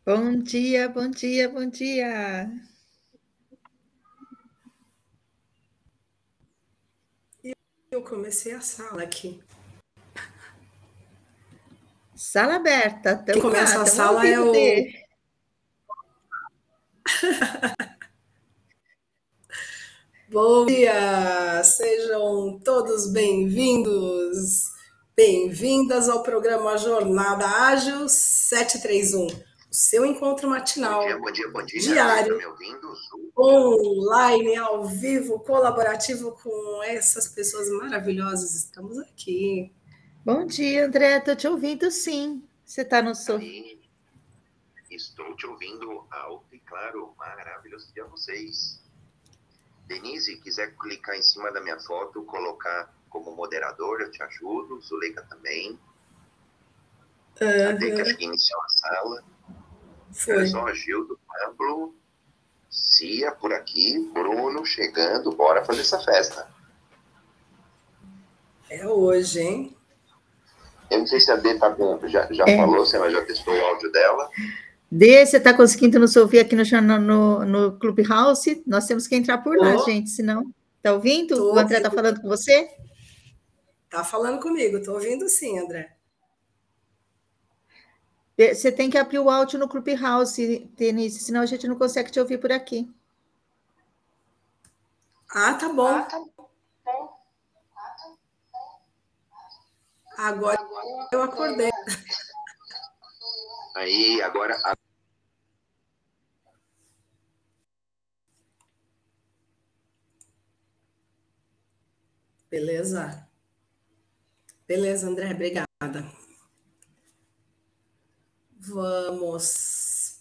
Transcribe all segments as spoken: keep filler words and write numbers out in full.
Bom dia, bom dia, bom dia. Eu comecei a sala aqui. Sala aberta, Quem estamos lá, começa a estamos ao sala é vivo, o. Dê. Bom dia! Sejam todos bem-vindos, bem-vindas ao programa Jornada Ágil sete três um, o seu encontro matinal, Bom dia, bom dia, bom dia. diário, Tá me ouvindo? online, ao vivo, colaborativo com essas pessoas maravilhosas. Estamos aqui. Bom dia, André, estou te ouvindo sim. Você está no sofá? Aí, estou te ouvindo alto e claro. Maravilhoso dia a vocês. Denise, quiser clicar em cima da minha foto, colocar como moderador, eu te ajudo. Zuleika também. Uhum. A Deca, acho que iniciou a sala. Foi. Olha só, Gildo, Pablo, Cia por aqui, Bruno chegando. Bora fazer essa festa. É hoje, hein? Eu não sei se a Dê tá com, já, já É. falou, se ela já testou o áudio dela. Dê, você está conseguindo nos ouvir aqui no, no, no Clubhouse? Nós temos que entrar por lá, Tô. gente, senão... Está ouvindo? Tô O André está ouvindo. falando com você? Tá falando comigo, tô ouvindo sim, André. Você tem que abrir o áudio no Clubhouse, Denise, senão a gente não consegue te ouvir por aqui. Ah, tá bom. Ah, tá bom. Agora eu acordei. Aí, agora... Beleza? Beleza, André, obrigada. Vamos.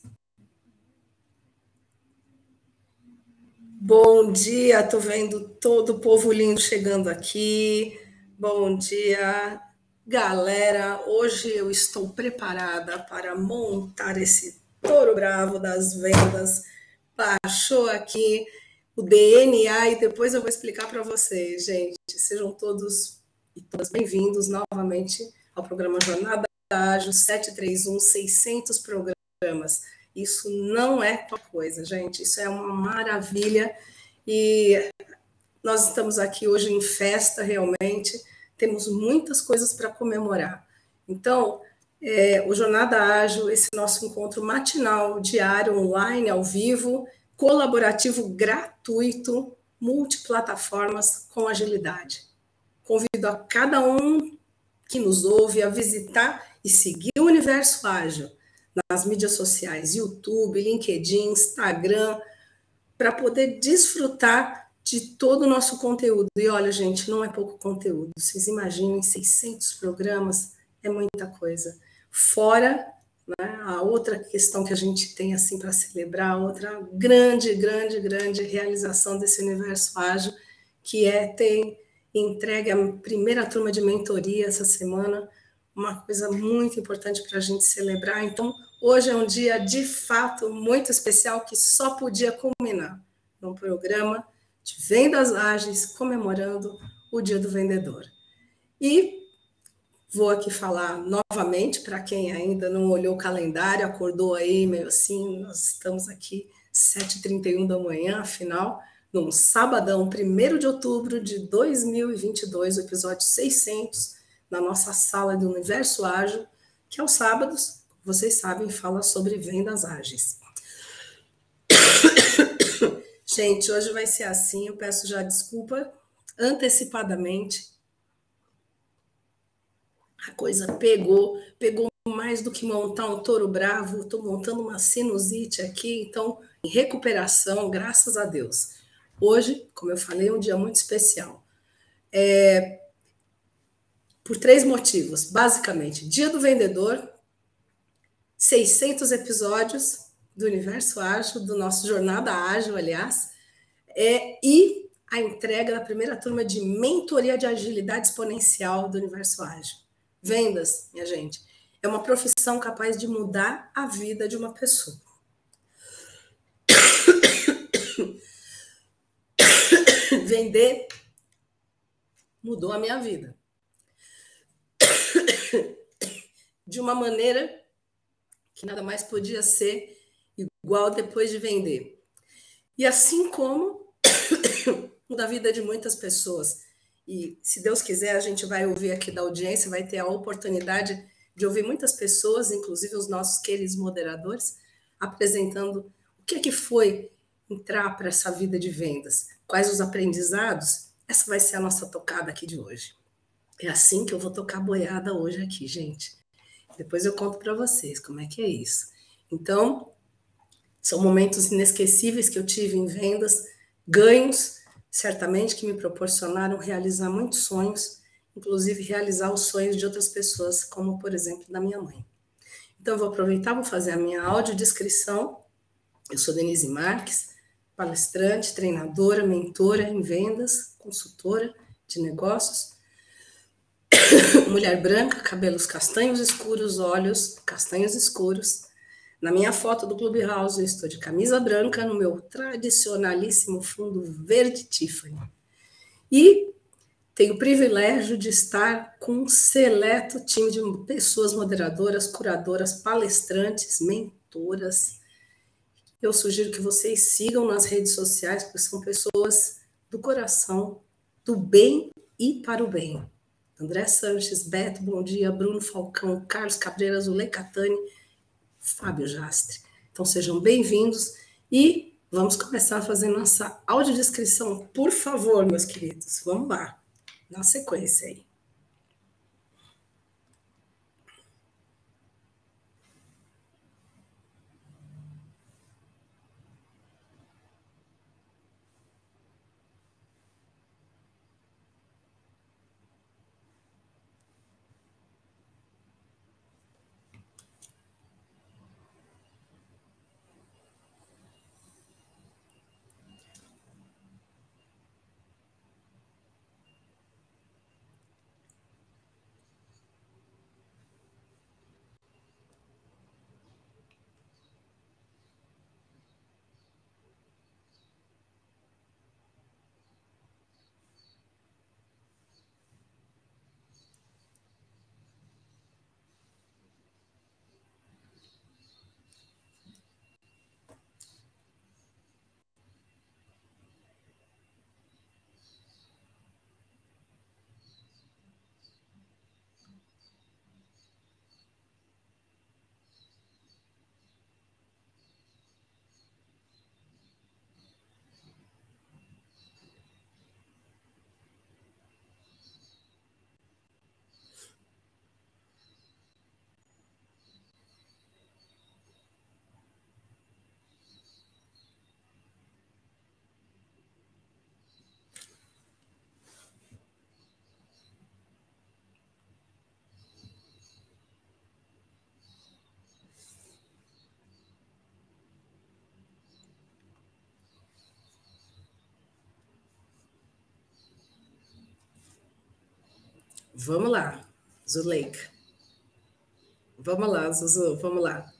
Bom dia, tô vendo todo o povo lindo chegando aqui. Bom dia, galera. Hoje eu estou preparada para montar esse touro bravo das vendas. Baixou aqui o D N A e depois eu vou explicar para vocês, gente. Sejam todos e todas bem-vindos novamente ao programa Jornada Ágil sete três um, seiscentos programas. Isso não é qualquer coisa, gente. Isso é uma maravilha e nós estamos aqui hoje em festa, realmente. Temos muitas coisas para comemorar. Então, é, o Jornada Ágil, esse nosso encontro matinal, diário, online, ao vivo, colaborativo, gratuito, multiplataformas com agilidade. Convido a cada um que nos ouve a visitar e seguir o Universo Ágil nas mídias sociais, YouTube, LinkedIn, Instagram, para poder desfrutar de todo o nosso conteúdo. E olha, gente, não é pouco conteúdo. Vocês imaginem, seiscentos programas é muita coisa. Fora, né, a outra questão que a gente tem assim para celebrar, outra grande, grande, grande realização desse universo ágil, que é ter entregue a primeira turma de mentoria essa semana, uma coisa muito importante para a gente celebrar. Então, hoje é um dia, de fato, muito especial, que só podia culminar num programa de vendas ágeis, comemorando o Dia do Vendedor. E vou aqui falar novamente, para quem ainda não olhou o calendário, acordou aí meio assim, nós estamos aqui sete e trinta e um da manhã, afinal, num sabadão, primeiro de outubro de dois mil e vinte e dois, o episódio seiscentos, na nossa sala do Universo Ágil, que aos sábados, vocês sabem, fala sobre vendas ágeis. Gente, hoje vai ser assim, eu peço já desculpa antecipadamente. A coisa pegou, pegou mais do que montar um touro bravo, estou montando uma sinusite aqui, então, em recuperação, graças a Deus. Hoje, como eu falei, é um dia muito especial. É, por três motivos, basicamente. Dia do Vendedor, seiscentos episódios do Universo Ágil, do nosso Jornada Ágil, aliás, é, e a entrega da primeira turma de mentoria de agilidade exponencial do Universo Ágil. Vendas, minha gente, é uma profissão capaz de mudar a vida de uma pessoa. Vender mudou a minha vida. De uma maneira que nada mais podia ser igual depois de vender. E assim como da vida de muitas pessoas. E se Deus quiser, a gente vai ouvir aqui da audiência, vai ter a oportunidade de ouvir muitas pessoas, inclusive os nossos queridos moderadores, apresentando o que é que foi entrar para essa vida de vendas, quais os aprendizados. Essa vai ser a nossa tocada aqui de hoje. É assim que eu vou tocar boiada hoje aqui, gente. Depois eu conto para vocês como é que é isso. Então, são momentos inesquecíveis que eu tive em vendas, ganhos, certamente, que me proporcionaram realizar muitos sonhos, inclusive realizar os sonhos de outras pessoas, como, por exemplo, da minha mãe. Então, eu vou aproveitar, vou fazer a minha audiodescrição. Eu sou Denise Marques, palestrante, treinadora, mentora em vendas, consultora de negócios, mulher branca, cabelos castanhos escuros, olhos castanhos escuros. Na minha foto do Clubhouse, eu estou de camisa branca, no meu tradicionalíssimo fundo verde Tiffany. E tenho o privilégio de estar com um seleto time de pessoas moderadoras, curadoras, palestrantes, mentoras. Eu sugiro que vocês sigam nas redes sociais, porque são pessoas do coração, do bem e para o bem. André Sanches, Beto, bom dia, Bruno Falcão, Carlos Cabreira, Zulei Catani, Fábio Jastre. Então sejam bem-vindos e vamos começar a fazer nossa audiodescrição, por favor, meus queridos. Vamos lá, na sequência aí. Vamos lá, Zuleika. Vamos lá, Zuzu, vamos lá.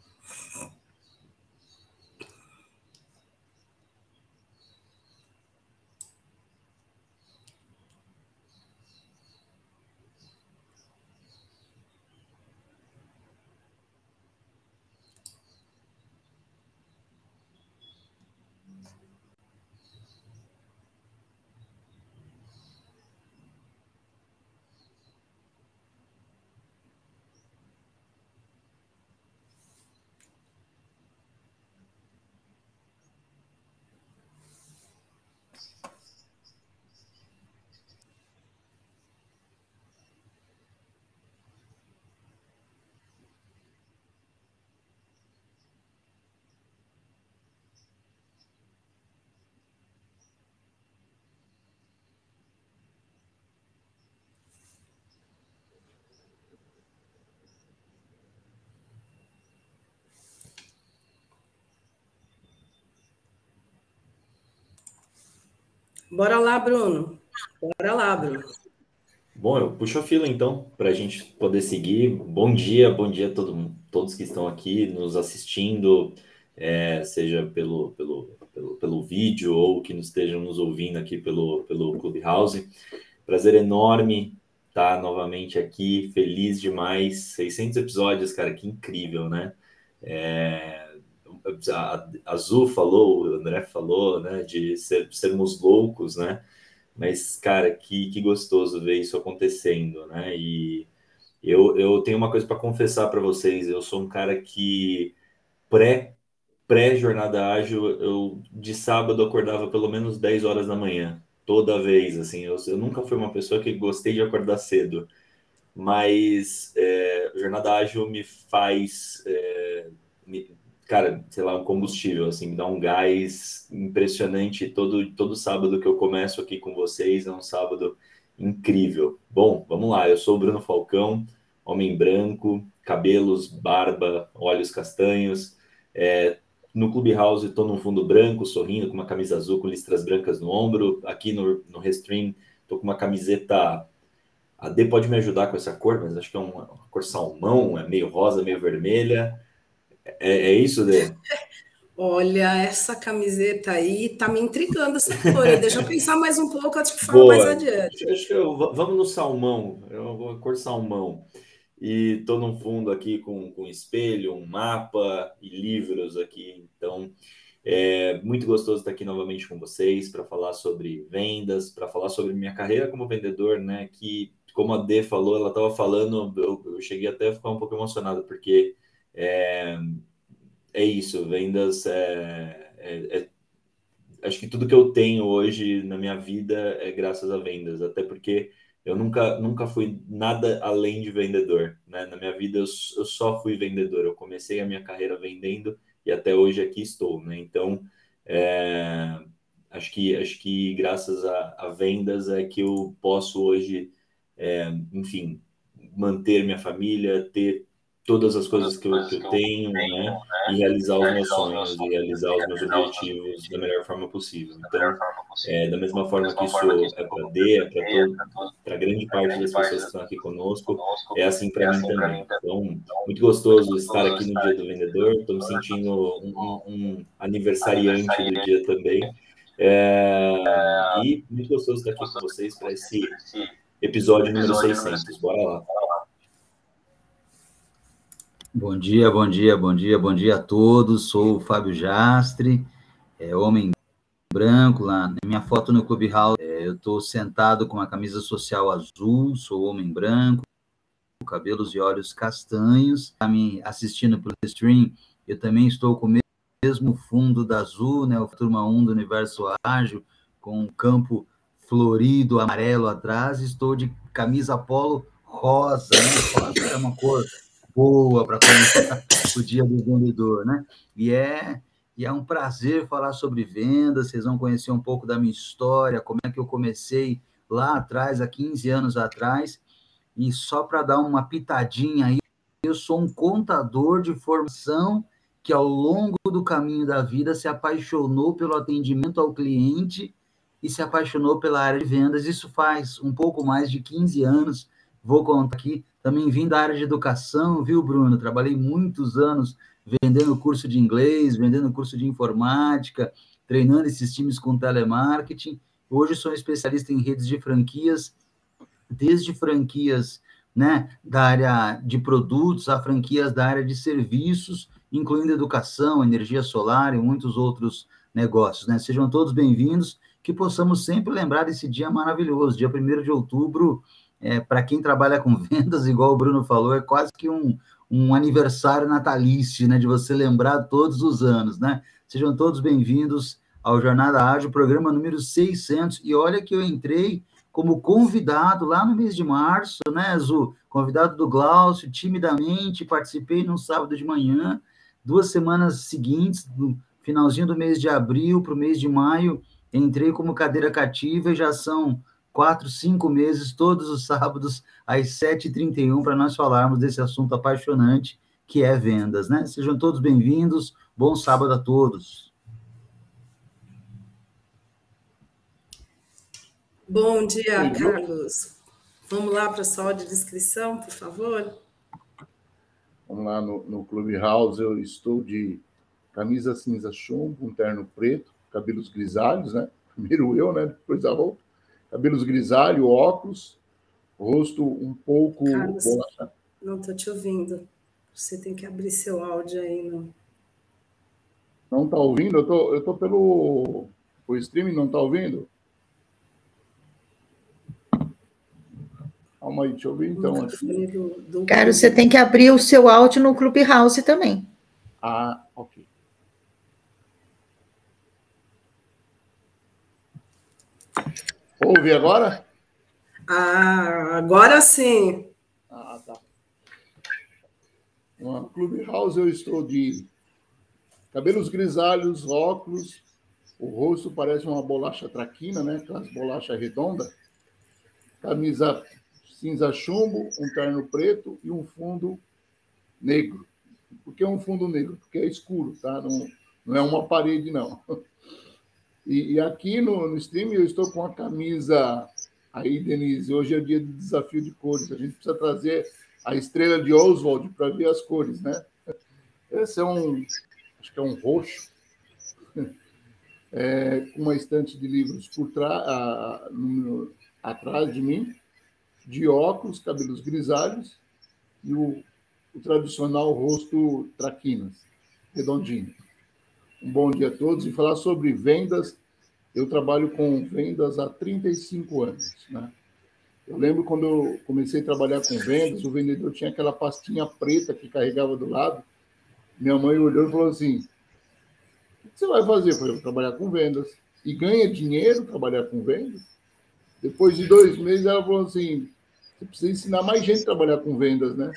Bora lá, Bruno. Bora lá, Bruno. Bom, eu puxo a fila então, para a gente poder seguir. Bom dia, bom dia a todo, todos que estão aqui nos assistindo, é, seja pelo, pelo, pelo, pelo vídeo ou que nos estejam nos ouvindo aqui pelo, pelo Clubhouse. Prazer enorme estar novamente aqui, feliz demais. seiscentos episódios, cara, que incrível, né? É, a Azul falou, o André falou, né, de ser, sermos loucos, né? Mas, cara, que, que gostoso ver isso acontecendo, né? E eu, eu tenho uma coisa para confessar para vocês. Eu sou um cara que pré pré-jornada ágil, eu de sábado acordava pelo menos dez horas da manhã, toda vez, assim, eu, eu nunca fui uma pessoa que gostei de acordar cedo, mas é, jornada ágil me faz, é, me, cara, sei lá, um combustível, assim, me dá um gás impressionante. Todo, todo sábado que eu começo aqui com vocês é um sábado incrível. Bom, vamos lá, eu sou o Bruno Falcão, homem branco, cabelos, barba, olhos castanhos, é, no Clubhouse estou num fundo branco, sorrindo, com uma camisa azul com listras brancas no ombro. Aqui no, no Restream estou com uma camiseta. A D pode me ajudar com essa cor, mas acho que é uma, uma cor salmão, é meio rosa, meio vermelha. É, é isso, Dê? Olha, essa camiseta aí tá me intrigando essa cor, hein? Deixa eu pensar mais um pouco, eu te falo mais Boa. adiante. Acho que eu, vamos no salmão, é uma cor salmão. E estou num fundo aqui com, com espelho, um mapa e livros aqui. Então, é muito gostoso estar aqui novamente com vocês para falar sobre vendas, para falar sobre minha carreira como vendedor, né? Que, como a Dê falou, ela estava falando, eu, eu cheguei até a ficar um pouco emocionado, porque é, é isso, vendas é, é, é acho que tudo que eu tenho hoje na minha vida é graças a vendas, até porque eu nunca, nunca fui nada além de vendedor, né? Na minha vida eu, eu só fui vendedor, eu comecei a minha carreira vendendo e até hoje aqui estou, né? Então, é, acho que, acho que graças a, a vendas é que eu posso hoje, é, enfim, manter minha família, ter todas as coisas que eu, que eu tenho, né? E realizar os meus sonhos e realizar os meus objetivos da melhor forma possível. Então, é, da mesma forma que isso é para D, é para todo, para grande parte das pessoas que estão aqui conosco, é assim para mim também. Então, muito gostoso estar aqui no Dia do Vendedor. Estou me sentindo um, um, um aniversariante do dia também. É, e muito gostoso estar aqui com vocês para esse episódio número seiscentos. Bora lá. Bom dia, bom dia, bom dia, bom dia a todos. Sou o Fábio Jastre, é, homem branco. Lá na minha foto no Clubhouse, é, eu estou sentado com uma camisa social azul, sou homem branco, cabelos e olhos castanhos. Está me assistindo pelo stream, eu também estou com o mesmo fundo da Azul, né, o Turma um do Universo Ágil, com um campo florido, amarelo atrás. Estou de camisa polo rosa, né? Rosa é uma cor boa para começar o dia do vendedor, né? E é, e é um prazer falar sobre vendas. Vocês vão conhecer um pouco da minha história, como é que eu comecei lá atrás, há quinze anos atrás. E só para dar uma pitadinha aí, eu sou um contador de formação que, ao longo do caminho da vida, se apaixonou pelo atendimento ao cliente e se apaixonou pela área de vendas. Isso faz um pouco mais de quinze anos. Vou contar aqui. Também vim da área de educação, viu, Bruno? Trabalhei muitos anos vendendo curso de inglês, vendendo curso de informática, treinando esses times com telemarketing. Hoje sou especialista em redes de franquias, desde franquias, né, da área de produtos a franquias da área de serviços, incluindo educação, energia solar e muitos outros negócios, né? Sejam todos bem-vindos, que possamos sempre lembrar desse dia maravilhoso, dia primeiro de outubro. É, para quem trabalha com vendas, igual o Bruno falou, é quase que um, um aniversário natalício, né, de você lembrar todos os anos, né? Sejam todos bem-vindos ao Jornada Ágil, programa número seiscentos, e olha que eu entrei como convidado lá no mês de março, né, Zu? Convidado do Glaucio, timidamente, participei num sábado de manhã. Duas semanas seguintes, no finalzinho do mês de abril para o mês de maio, entrei como cadeira cativa e já são quatro, cinco meses, todos os sábados, às sete e trinta e um, para nós falarmos desse assunto apaixonante que é vendas, né? Sejam todos bem-vindos, bom sábado a todos. Bom dia, Carlos. Vamos lá para a sua audiodescrição, por favor. Vamos lá no, no Clubhouse, eu estou de camisa cinza chumbo, um terno preto, cabelos grisalhos, né? Primeiro eu, né? Depois a roupa. Cabelos grisalhos, óculos, rosto um pouco... Carlos, bocha. não estou te ouvindo. Você tem que abrir seu áudio aí. Não Não está ouvindo? Eu tô, eu tô pelo o streaming, não está ouvindo? Calma aí, deixa eu ver então. Aqui. Do, do... Carlos, você tem que abrir o seu áudio no Clubhouse também. Ah, ok. Ouve agora? Ah, agora sim. Ah, tá. No Clubhouse eu estou de cabelos grisalhos, óculos, o rosto parece uma bolacha traquina, né? Aquelas bolachas redondas. Camisa cinza chumbo, um terno preto e um fundo negro. Por que um fundo negro? Porque é escuro, tá? Não, não é uma parede, não. E, e aqui no, no stream eu estou com a camisa... Aí, Denise, hoje é o dia do desafio de cores. A gente precisa trazer a estrela de Oswald para ver as cores, né? Esse é um... Acho que é um roxo. É, com uma estante de livros por trás, atrás de mim, de óculos, cabelos grisalhos e o, o tradicional rosto traquinas, redondinho. Um bom dia a todos. E falar sobre vendas, eu trabalho com vendas há trinta e cinco anos, né? Eu lembro quando eu comecei a trabalhar com vendas, o vendedor tinha aquela pastinha preta que carregava do lado. Minha mãe olhou e falou assim: o que você vai fazer? Eu falei: eu vou trabalhar com vendas. E ganha dinheiro trabalhar com vendas? Depois de dois meses, ela falou assim: você precisa ensinar mais gente a trabalhar com vendas, né?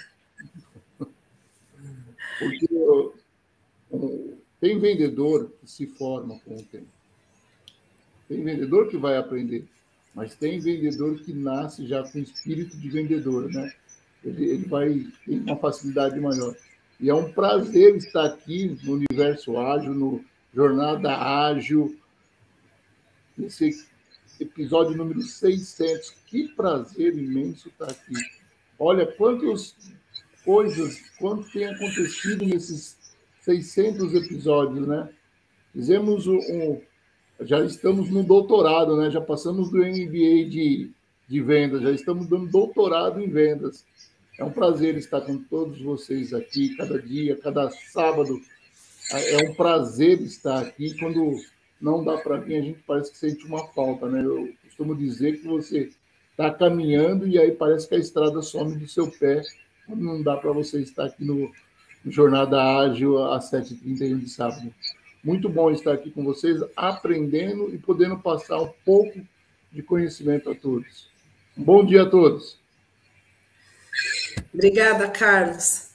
Porque um, tem vendedor que se forma com o tempo. Tem vendedor que vai aprender, mas tem vendedor que nasce já com espírito de vendedor, né? Ele, ele vai ter uma facilidade maior. E é um prazer estar aqui no Universo Ágil, no Jornada Ágil, nesse episódio número seiscentos. Que prazer imenso estar aqui. Olha quantas coisas, quanto tem acontecido nesses seiscentos episódios, né? Fizemos um, um já estamos no doutorado, né? Já passamos do M B A de, de vendas, já estamos dando doutorado em vendas. É um prazer estar com todos vocês aqui, cada dia, cada sábado. É um prazer estar aqui. Quando não dá para vir, a gente parece que sente uma falta, né? Eu costumo dizer que você está caminhando e aí parece que a estrada some do seu pé, quando não dá para você estar aqui no, no Jornada Ágil às sete e trinta e um de sábado. Muito bom estar aqui com vocês, aprendendo e podendo passar um pouco de conhecimento a todos. Um bom dia a todos. Obrigada, Carlos.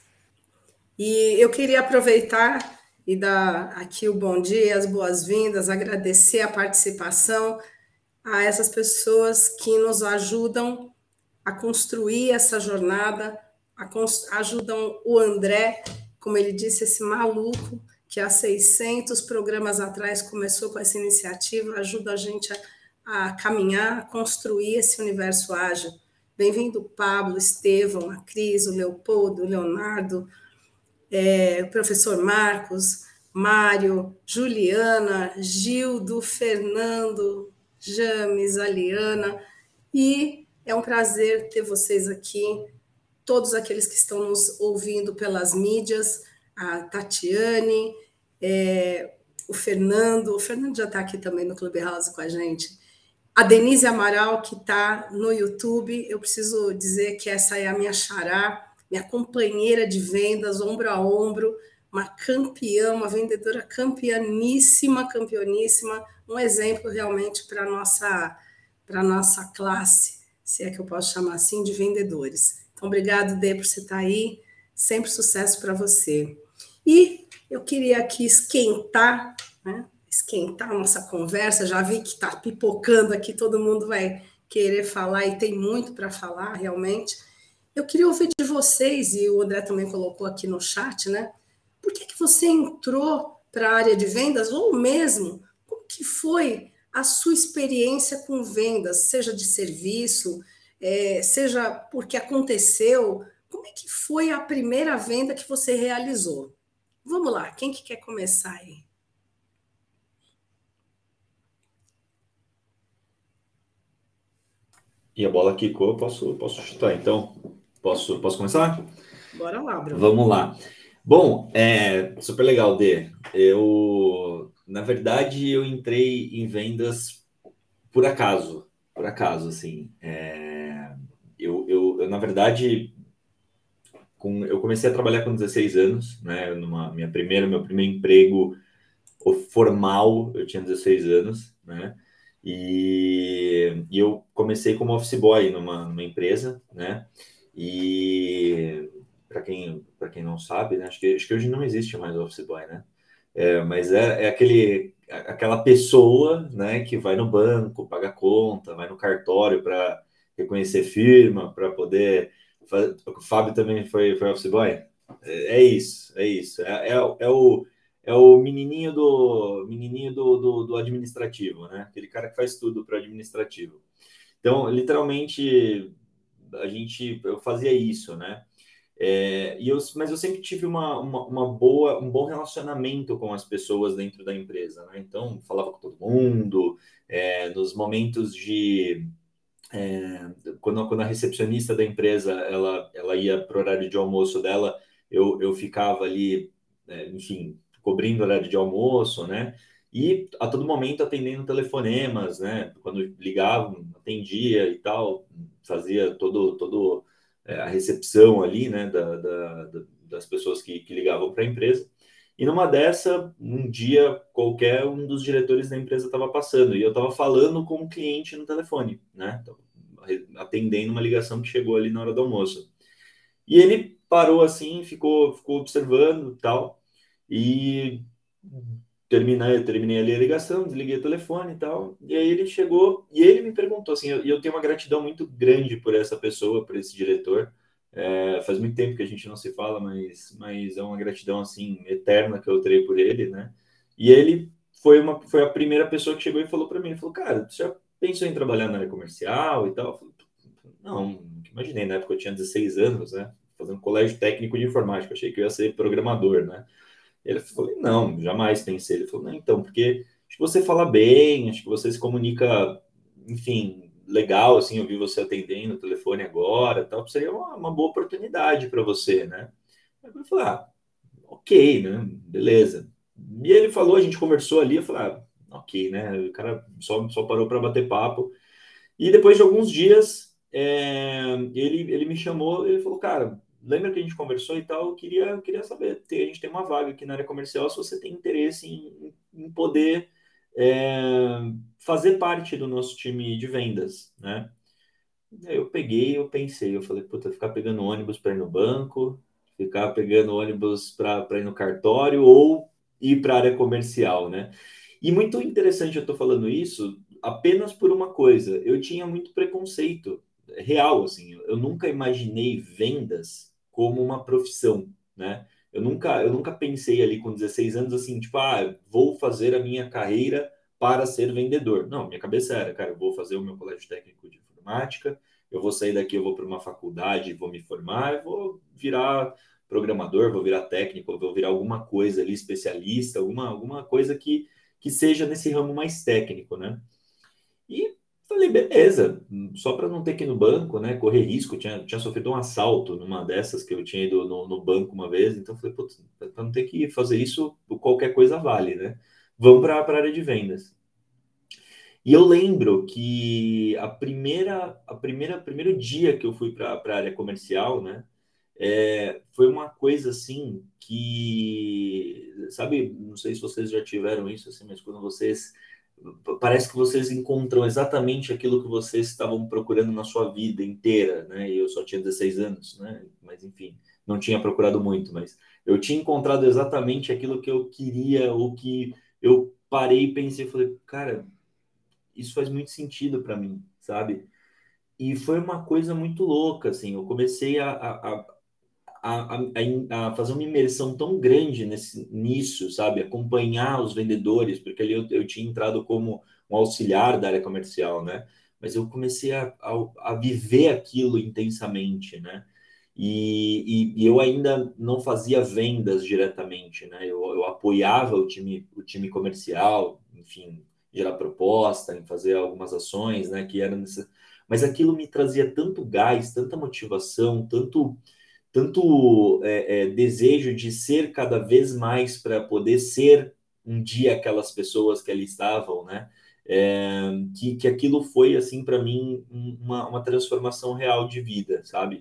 E eu queria aproveitar e dar aqui o bom dia, as boas-vindas, agradecer a participação a essas pessoas que nos ajudam a construir essa jornada, a constru... ajudam o André, como ele disse, esse maluco que há seiscentos programas atrás começou com essa iniciativa, ajuda a gente a, a caminhar, a construir esse universo ágil. Bem-vindo, Pablo, Estevão, a Cris, o Leopoldo, o Leonardo, é, o professor Marcos, Mário, Juliana, Gildo, Fernando, James, Aliana, e é um prazer ter vocês aqui, todos aqueles que estão nos ouvindo pelas mídias, a Tatiane, é, o Fernando, o Fernando já está aqui também no Clubhouse com a gente, a Denise Amaral, que está no YouTube. Eu preciso dizer que essa é a minha xará, minha companheira de vendas, ombro a ombro, uma campeã, uma vendedora campeoníssima, campeoníssima, um exemplo realmente para a nossa, para a nossa classe, se é que eu posso chamar assim, de vendedores. Então, obrigado, Dê, por você estar aí, sempre sucesso para você. E eu queria aqui esquentar, né? esquentar a nossa conversa, já vi que está pipocando aqui, todo mundo vai querer falar e tem muito para falar, realmente. Eu queria ouvir de vocês, e o André também colocou aqui no chat, né? Por que, que você entrou para a área de vendas, ou mesmo, como que foi a sua experiência com vendas, seja de serviço, é, seja porque aconteceu, como é que foi a primeira venda que você realizou? Vamos lá, quem que quer começar aí? E a bola quicou, posso, posso chutar, então? Posso, posso começar? Bora lá, Bruno. Vamos lá. Bom, é super legal, Dê. Eu, na verdade, eu entrei em vendas por acaso, por acaso, assim. É, eu, eu, eu, na verdade, com, eu comecei a trabalhar com dezesseis anos, né? Numa minha primeira, meu primeiro emprego formal, eu tinha dezesseis anos, né? E, e eu comecei como office boy numa, numa empresa, né? E para quem, para quem não sabe, né? Acho que, acho que hoje não existe mais office boy, né? É, mas é, é aquele, aquela pessoa, né, que vai no banco, paga conta, vai no cartório para reconhecer firma, para poder. O Fábio também foi, foi office boy? É, é isso, é isso. É, é, é o é o menininho do menininho do, do, do administrativo, né? Aquele cara que faz tudo para o administrativo. Então, literalmente, a gente eu fazia isso, né? É, e eu, mas eu sempre tive uma, uma, uma boa, um bom relacionamento com as pessoas dentro da empresa, né? Então, falava com todo mundo, é, nos momentos de é, quando, quando a recepcionista da empresa ela, ela ia para o horário de almoço dela, eu, eu ficava ali, é, enfim, cobrindo o horário de almoço, né? E a todo momento atendendo telefonemas, né? Quando ligavam, atendia e tal, fazia todo, todo é, a recepção ali, né? Da, da, da, das pessoas que, que ligavam para a empresa. E numa dessa, um dia qualquer, um dos diretores da empresa estava passando e eu estava falando com o cliente no telefone, né? Então, atendendo uma ligação que chegou ali na hora do almoço. E ele parou assim, ficou, ficou observando e tal. E terminei, terminei ali a ligação, desliguei o telefone e tal. E aí ele chegou e ele me perguntou assim, e eu, eu tenho uma gratidão muito grande por essa pessoa, por esse diretor. É, faz muito tempo que a gente não se fala, mas, mas é uma gratidão assim eterna que eu terei por ele, né? E ele foi uma foi a primeira pessoa que chegou e falou para mim, ele falou, cara, você já pensou em trabalhar na área comercial e tal? Eu falei, não, imaginei, na época eu tinha dezesseis anos, né? Fazendo colégio técnico de informática, achei que eu ia ser programador, né? Ele falou, não, jamais pensei. Ele falou, não, então, porque acho que você fala bem, acho que você se comunica, enfim, legal, assim, eu vi você atendendo o telefone agora, tal, seria uma, uma boa oportunidade para você, né? Eu falei, ah, ok, né? Beleza. E ele falou, a gente conversou ali, eu falei, ah, ok, né? O cara só, só parou para bater papo. E depois de alguns dias, é, ele, ele me chamou, ele falou, cara, lembra que a gente conversou e tal? Eu queria, eu queria saber, a gente tem uma vaga aqui na área comercial, se você tem interesse em, em poder é, fazer parte do nosso time de vendas, né? Aí eu peguei, eu pensei, eu falei, puta, ficar pegando ônibus para ir no banco, ficar pegando ônibus para ir no cartório ou ir para a área comercial, né? E muito interessante eu estou falando isso apenas por uma coisa, eu tinha muito preconceito real, assim, eu nunca imaginei vendas como uma profissão, né? Eu nunca, eu nunca pensei ali com dezesseis anos assim, tipo, ah, vou fazer a minha carreira para ser vendedor. Não, minha cabeça era, cara, eu vou fazer o meu colégio técnico de informática, eu vou sair daqui, eu vou para uma faculdade, vou me formar, eu vou virar programador, vou virar técnico, vou virar alguma coisa ali, especialista, alguma, alguma coisa que, que seja nesse ramo mais técnico, né? E falei, beleza, só para não ter que ir no banco, né, correr risco, tinha, tinha sofrido um assalto numa dessas que eu tinha ido no, no banco uma vez, então falei, putz, para não ter que fazer isso, qualquer coisa vale, né? Vamos para a área de vendas. E eu lembro que a primeira, a primeira, primeiro dia que eu fui para a área comercial, né, é, foi uma coisa assim que, sabe, não sei se vocês já tiveram isso assim, mas quando vocês parece que vocês encontram exatamente aquilo que vocês estavam procurando na sua vida inteira, né? E eu só tinha dezesseis anos, né? Mas enfim, não tinha procurado muito, mas eu tinha encontrado exatamente aquilo que eu queria, o que eu parei e pensei, falei, cara, isso faz muito sentido para mim, sabe? E foi uma coisa muito louca, assim. Eu comecei a, a, a, a, a fazer uma imersão tão grande nesse, nisso, sabe? Acompanhar os vendedores, porque ali eu, eu tinha entrado como um auxiliar da área comercial, né? Mas eu comecei a, a, a viver aquilo intensamente, né? E, e, e eu ainda não fazia vendas diretamente, né? Eu, eu apoiava o time, o time comercial, enfim, gerar proposta, em fazer algumas ações, né? Que eram nessa... Mas aquilo me trazia tanto gás, tanta motivação, tanto tanto é, é, desejo de ser cada vez mais para poder ser um dia aquelas pessoas que ali estavam, né? É, que, que aquilo foi, assim, para mim, uma, uma transformação real de vida, sabe?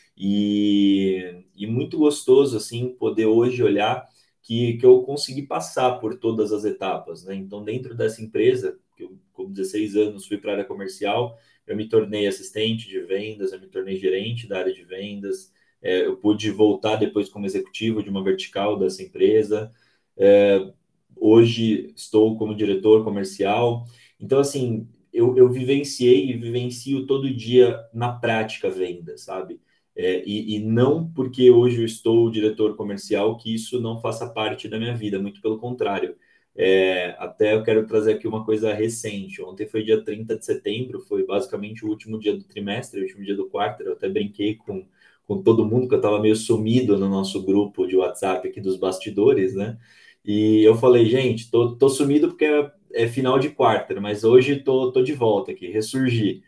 E, e muito gostoso, assim, poder hoje olhar que, que eu consegui passar por todas as etapas, né? Então, dentro dessa empresa, que eu, com dezesseis anos, fui para a área comercial, eu me tornei assistente de vendas, eu me tornei gerente da área de vendas, é, eu pude voltar depois como executivo de uma vertical dessa empresa, é, hoje estou como diretor comercial. Então, assim, eu, eu vivenciei e vivencio todo dia na prática venda, sabe? É, e, e não porque hoje eu estou diretor comercial que isso não faça parte da minha vida, muito pelo contrário. É, até eu quero trazer aqui uma coisa recente. Ontem foi dia trinta de setembro, foi basicamente o último dia do trimestre, o último dia do quarto. Eu até brinquei com, com todo mundo, que eu estava meio sumido no nosso grupo de WhatsApp aqui dos bastidores, né? E eu falei, gente, tô, tô sumido porque é, é final de quarta, mas hoje tô, tô de volta aqui, ressurgi.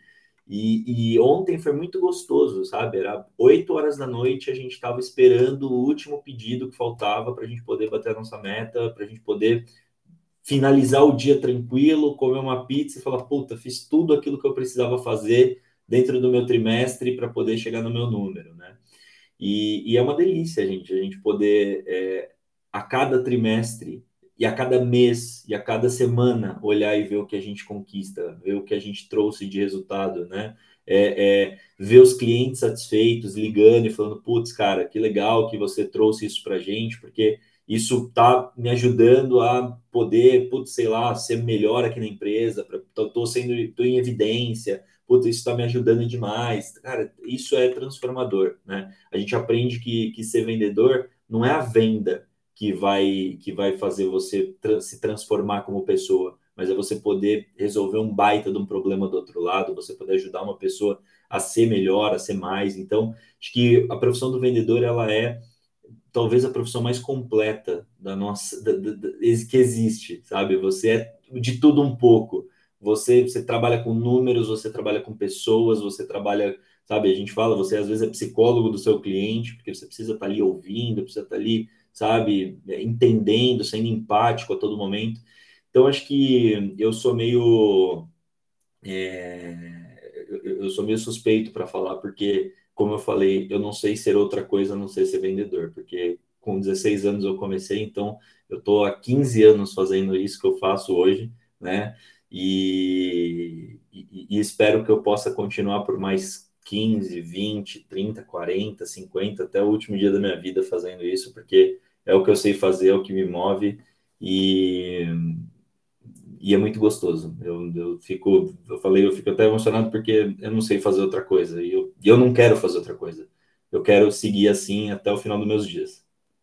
E, e ontem foi muito gostoso, sabe? Era oito horas da noite, a gente estava esperando o último pedido que faltava para a gente poder bater a nossa meta, para a gente poder finalizar o dia tranquilo, comer uma pizza e falar, puta, fiz tudo aquilo que eu precisava fazer dentro do meu trimestre para poder chegar no meu número, né? E, e é uma delícia, gente, a gente poder, é, a cada trimestre, e a cada mês, e a cada semana, olhar e ver o que a gente conquista, ver o que a gente trouxe de resultado, né? É, é, ver os clientes satisfeitos, ligando e falando, putz, cara, que legal que você trouxe isso pra gente, porque isso tá me ajudando a poder, putz, sei lá, ser melhor aqui na empresa, pra, tô, tô sendo, tô em evidência, putz, isso tá me ajudando demais. Cara, isso é transformador, né? A gente aprende que, que ser vendedor não é a venda que vai, que vai fazer você tra- se transformar como pessoa, mas é você poder resolver um baita de um problema do outro lado, você poder ajudar uma pessoa a ser melhor, a ser mais. Então, acho que a profissão do vendedor, ela é talvez a profissão mais completa da nossa, da, da, da, que existe, sabe? Você é de tudo um pouco. Você, você trabalha com números, você trabalha com pessoas, você trabalha, sabe? A gente fala, você às vezes é psicólogo do seu cliente, porque você precisa estar ali ouvindo, precisa estar ali, sabe? Entendendo, sendo empático a todo momento. Então, acho que eu sou meio... É, eu, eu sou meio suspeito para falar, porque, como eu falei, eu não sei ser outra coisa a não ser ser vendedor, porque com dezesseis anos eu comecei, então eu estou há quinze anos fazendo isso que eu faço hoje, né? E, e, e espero que eu possa continuar por mais quinze, vinte, trinta, quarenta, cinquenta, até o último dia da minha vida fazendo isso, porque é o que eu sei fazer, é o que me move, e e é muito gostoso. Eu, eu fico, eu falei, eu fico até emocionado porque eu não sei fazer outra coisa e eu, e eu não quero fazer outra coisa. Eu quero seguir assim até o final dos meus dias.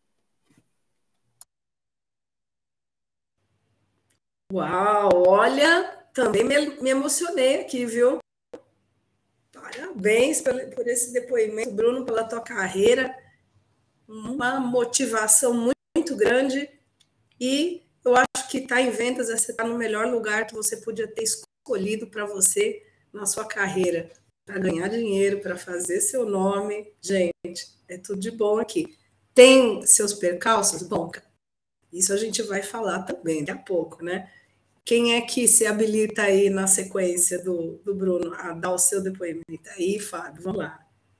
Uau, olha, também me, me emocionei aqui, viu? Parabéns por, por esse depoimento, Bruno, pela tua carreira, uma motivação muito, muito grande, e eu acho que estar em vendas é você estar no melhor lugar que você podia ter escolhido para você na sua carreira, para ganhar dinheiro, para fazer seu nome. Gente, é tudo de bom aqui. Tem seus percalços? Bom, isso a gente vai falar também daqui a pouco, né? Quem é que se habilita aí na sequência do, do Bruno a dar o seu depoimento? Aí, Fábio, vamos lá.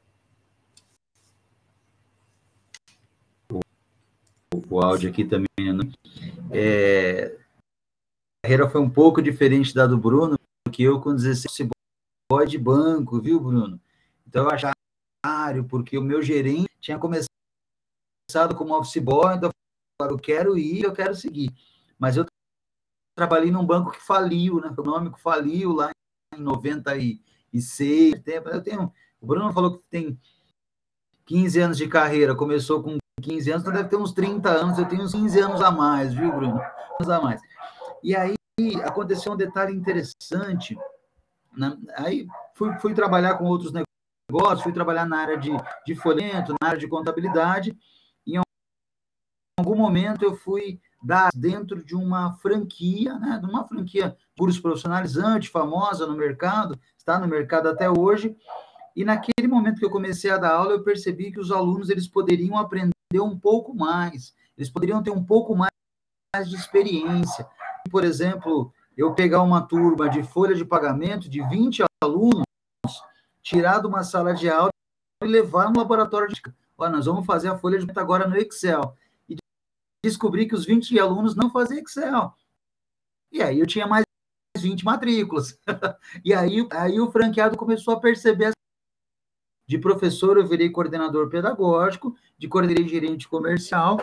O áudio aqui também, né? É, a carreira foi um pouco diferente da do Bruno, porque eu com dezesseis boy de banco, viu, Bruno? Então eu achava porque o meu gerente tinha começado como office boy, então eu falei, eu quero ir, eu quero seguir. Mas eu trabalhei num banco que faliu, né? O econômico faliu lá em noventa e seis. Eu tenho, o Bruno falou que tem quinze anos de carreira, começou com quinze anos, então deve ter uns trinta anos, eu tenho uns quinze anos a mais, viu, Bruno? Anos a mais. E aí aconteceu um detalhe interessante, né? Aí fui, fui trabalhar com outros negócios, fui trabalhar na área de, de folhamento, na área de contabilidade, e em algum momento eu fui dar dentro de uma franquia, né, de uma franquia curso profissionalizante, famosa no mercado, está no mercado até hoje, E naquele momento que eu comecei a dar aula, eu percebi que os alunos eles poderiam aprender um pouco mais, eles poderiam ter um pouco mais de experiência. Por exemplo, eu pegar uma turma de folha de pagamento de vinte alunos, tirar de uma sala de aula e levar no laboratório de... Olha, nós vamos fazer a folha de pagamento agora no Excel. E descobri que os vinte alunos não faziam Excel. E aí eu tinha mais vinte matrículas. E aí, aí o franqueado começou a perceber. De professor eu virei coordenador pedagógico, de coordenador gerente comercial.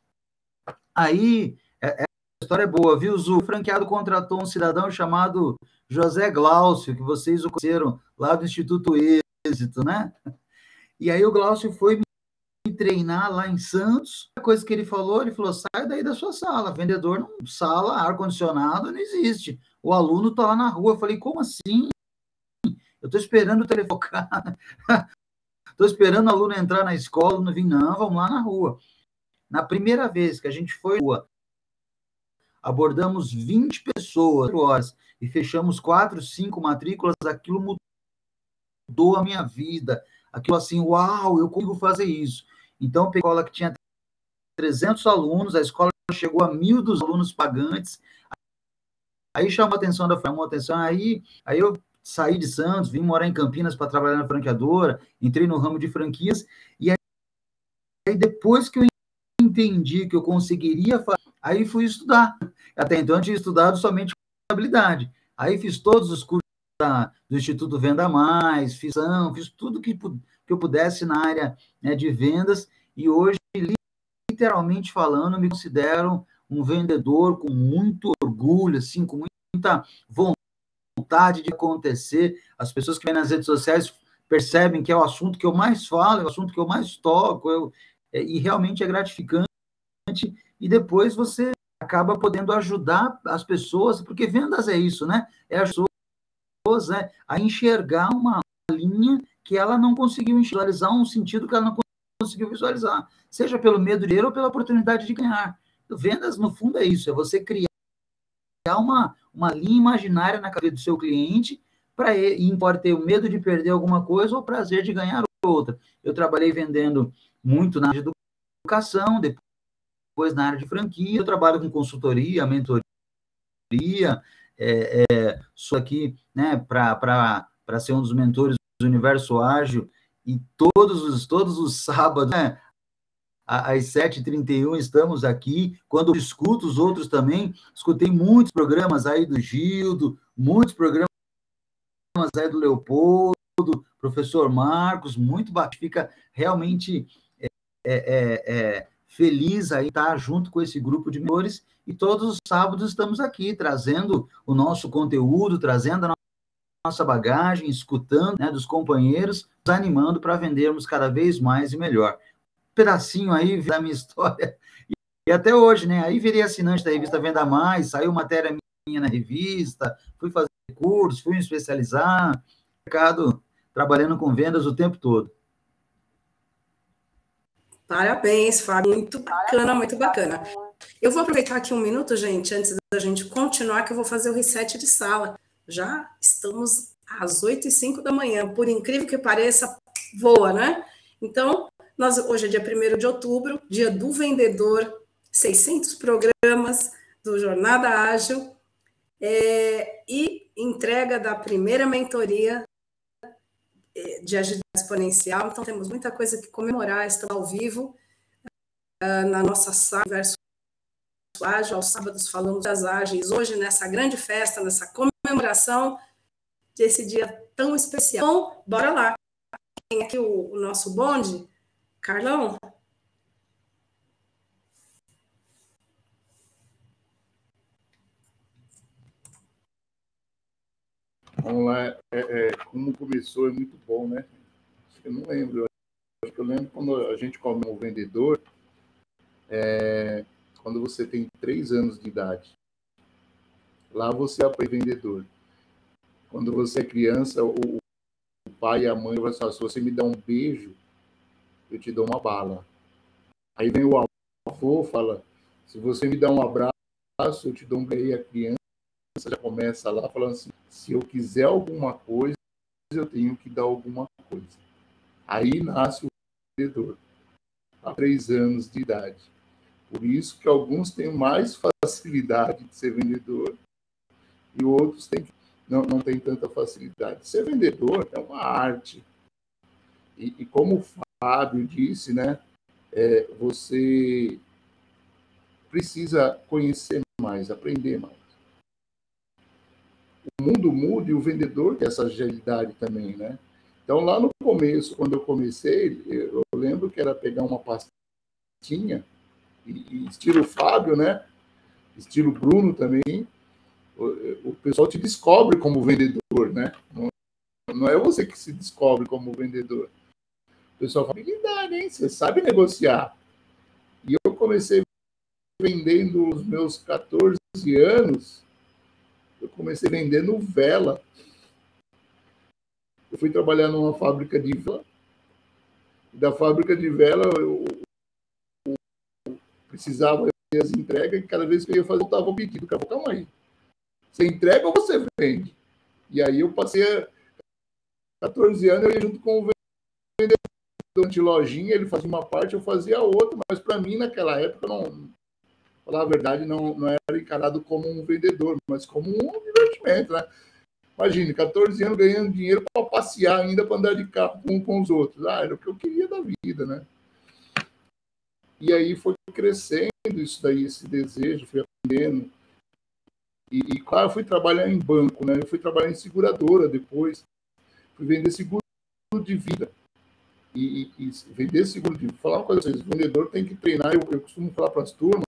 Aí, a história é boa, viu, Zu? O franqueado contratou um cidadão chamado José Glaucio, que vocês o conheceram lá do Instituto Êxito, né? E aí o Glaucio foi me treinar lá em Santos. A coisa que ele falou, ele falou, sai daí da sua sala, vendedor, não, sala, ar-condicionado, não existe. O aluno está lá na rua. Eu falei, como assim? Eu estou esperando o telefone. Estou esperando o aluno entrar na escola, não vim, não, vamos lá na rua. Na primeira vez que a gente foi na rua, abordamos vinte pessoas horas e fechamos quatro, cinco matrículas, aquilo mudou a minha vida. Aquilo assim, uau, eu consigo fazer isso. Então, peguei uma escola que tinha trezentos alunos, a escola chegou a mil dos alunos pagantes. Aí chamou a atenção da chamou a atenção, aí, aí eu saí de Santos, vim morar em Campinas para trabalhar na franqueadora, entrei no ramo de franquias, e aí, aí depois que eu entendi que eu conseguiria fazer, aí fui estudar. Até então eu tinha estudado somente contabilidade. Aí fiz todos os cursos da, do Instituto Venda Mais, fiz, fiz tudo que, que eu pudesse na área, né, de vendas, e hoje, literalmente falando, me considero um vendedor com muito orgulho, assim, com muita vontade de acontecer. As pessoas que vêm nas redes sociais percebem que é o assunto que eu mais falo, é o assunto que eu mais toco, eu, é, e realmente é gratificante, e depois você acaba podendo ajudar as pessoas, porque vendas é isso, né? É as pessoas, né, a enxergar uma linha que ela não conseguiu visualizar, um sentido que ela não conseguiu visualizar, seja pelo medo de dinheiro ou pela oportunidade de ganhar. Vendas, no fundo, é isso, é você criar uma, uma linha imaginária na cabeça do seu cliente, para ele, pode ter o medo de perder alguma coisa ou o prazer de ganhar outra. Eu trabalhei vendendo muito na área de educação, depois na área de franquia, eu trabalho com consultoria, mentoria, é, é, sou aqui, né, para ser um dos mentores do Universo Ágil, e todos os, todos os sábados, né, às sete e trinta e um estamos aqui. Quando eu escuto os outros também, escutei muitos programas aí do Gildo, muitos programas aí do Leopoldo, professor Marcos, muito bacana, fica realmente é, é, é, feliz aí estar junto com esse grupo de mentores, e todos os sábados estamos aqui, trazendo o nosso conteúdo, trazendo a nossa bagagem, escutando, né, dos companheiros, nos animando para vendermos cada vez mais e melhor. Pedacinho aí da minha história, e até hoje, né, aí virei assinante da revista Venda Mais, saiu matéria minha na revista, fui fazer curso, fui me especializar, mercado, trabalhando com vendas o tempo todo. Parabéns, Fábio, muito bacana, muito bacana. Eu vou aproveitar aqui um minuto, gente, antes da gente continuar, que eu vou fazer o reset de sala. Já estamos às oito e cinco da manhã, por incrível que pareça, voa, né? Então, nós, hoje é dia primeiro de outubro, dia do vendedor, seiscentos programas do Jornada Ágil, é, e entrega da primeira mentoria de agilidade exponencial. Então, temos muita coisa que comemorar, estamos ao vivo, uh, na nossa sala, Universo Ágil, aos sábados falamos das ágeis, hoje nessa grande festa, nessa comemoração desse dia tão especial. Então, bora lá. Tem aqui o, o nosso bonde, Carlão. Vamos lá, é, é, como começou é muito bom, né? Acho que eu não lembro. Acho que eu lembro quando a gente come um vendedor, é, quando você tem três anos de idade. Lá você aprende vendedor. Quando você é criança, o, o pai e a mãe vão falar, se você me dá um beijo, eu te dou uma bala. Aí vem o avô, fala, se você me dá um abraço, eu te dou um beijo. E a criança já começa lá falando assim, se eu quiser alguma coisa, eu tenho que dar alguma coisa. Aí nasce o vendedor, há três anos de idade. Por isso que alguns têm mais facilidade de ser vendedor e outros têm, não, não têm tanta facilidade. Ser vendedor é uma arte. E, e como o Fábio disse, né, é, você precisa conhecer mais, aprender mais. O mundo muda e o vendedor tem essa agilidade também, né? Então, lá no começo, quando eu comecei, eu lembro que era pegar uma pastinha, e, e estilo Fábio, né? Estilo Bruno também, o, o pessoal te descobre como vendedor, né? Não, não é você que se descobre como vendedor. O pessoal fala, habilidade, hein? Você sabe negociar. E eu comecei vendendo os meus catorze anos, eu comecei vendendo vela. Eu fui trabalhar numa fábrica de vela. Da fábrica de vela, eu, eu, eu precisava fazer as entregas e cada vez que eu ia fazer, eu estava o pedido. Cara, calma aí. Você entrega ou você vende? E aí eu passei catorze anos, eu ia junto com o vendedor de lojinha, ele fazia uma parte, eu fazia a outra, mas para mim, naquela época, não, falar a verdade, não, não era encarado como um vendedor, mas como um divertimento, né? Imagine, catorze anos ganhando dinheiro para passear ainda, para andar de carro com, com os outros. Ah, era o que eu queria da vida, né? E aí foi crescendo isso daí, esse desejo, fui aprendendo. E, e claro, fui trabalhar em banco, né? Eu fui trabalhar em seguradora depois. Fui vender seguro de vida. E, e, e vender seguro de vida. Vou falar uma coisa pra vocês, o vendedor tem que treinar. Eu, eu costumo falar para as turmas,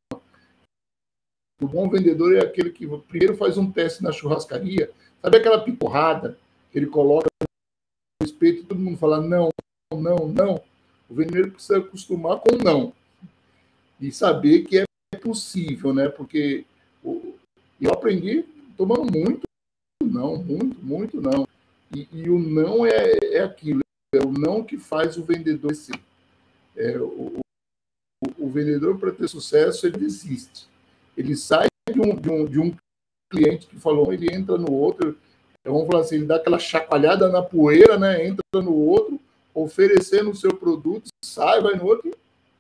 o bom vendedor é aquele que primeiro faz um teste na churrascaria. Sabe aquela piporrada que ele coloca no espeto e todo mundo fala não, não, não? O vendedor precisa acostumar com não. E saber que é possível, né? Porque eu aprendi tomando muito não, muito, muito não. E, e o não é, é aquilo, é o não que faz o vendedor ser. É, o, o, o vendedor, para ter sucesso, ele desiste. Ele sai de um, de um, de um cliente que falou, ele entra no outro, vamos falar assim, ele dá aquela chacoalhada na poeira, né? Entra no outro, oferecendo o seu produto, sai, vai no outro,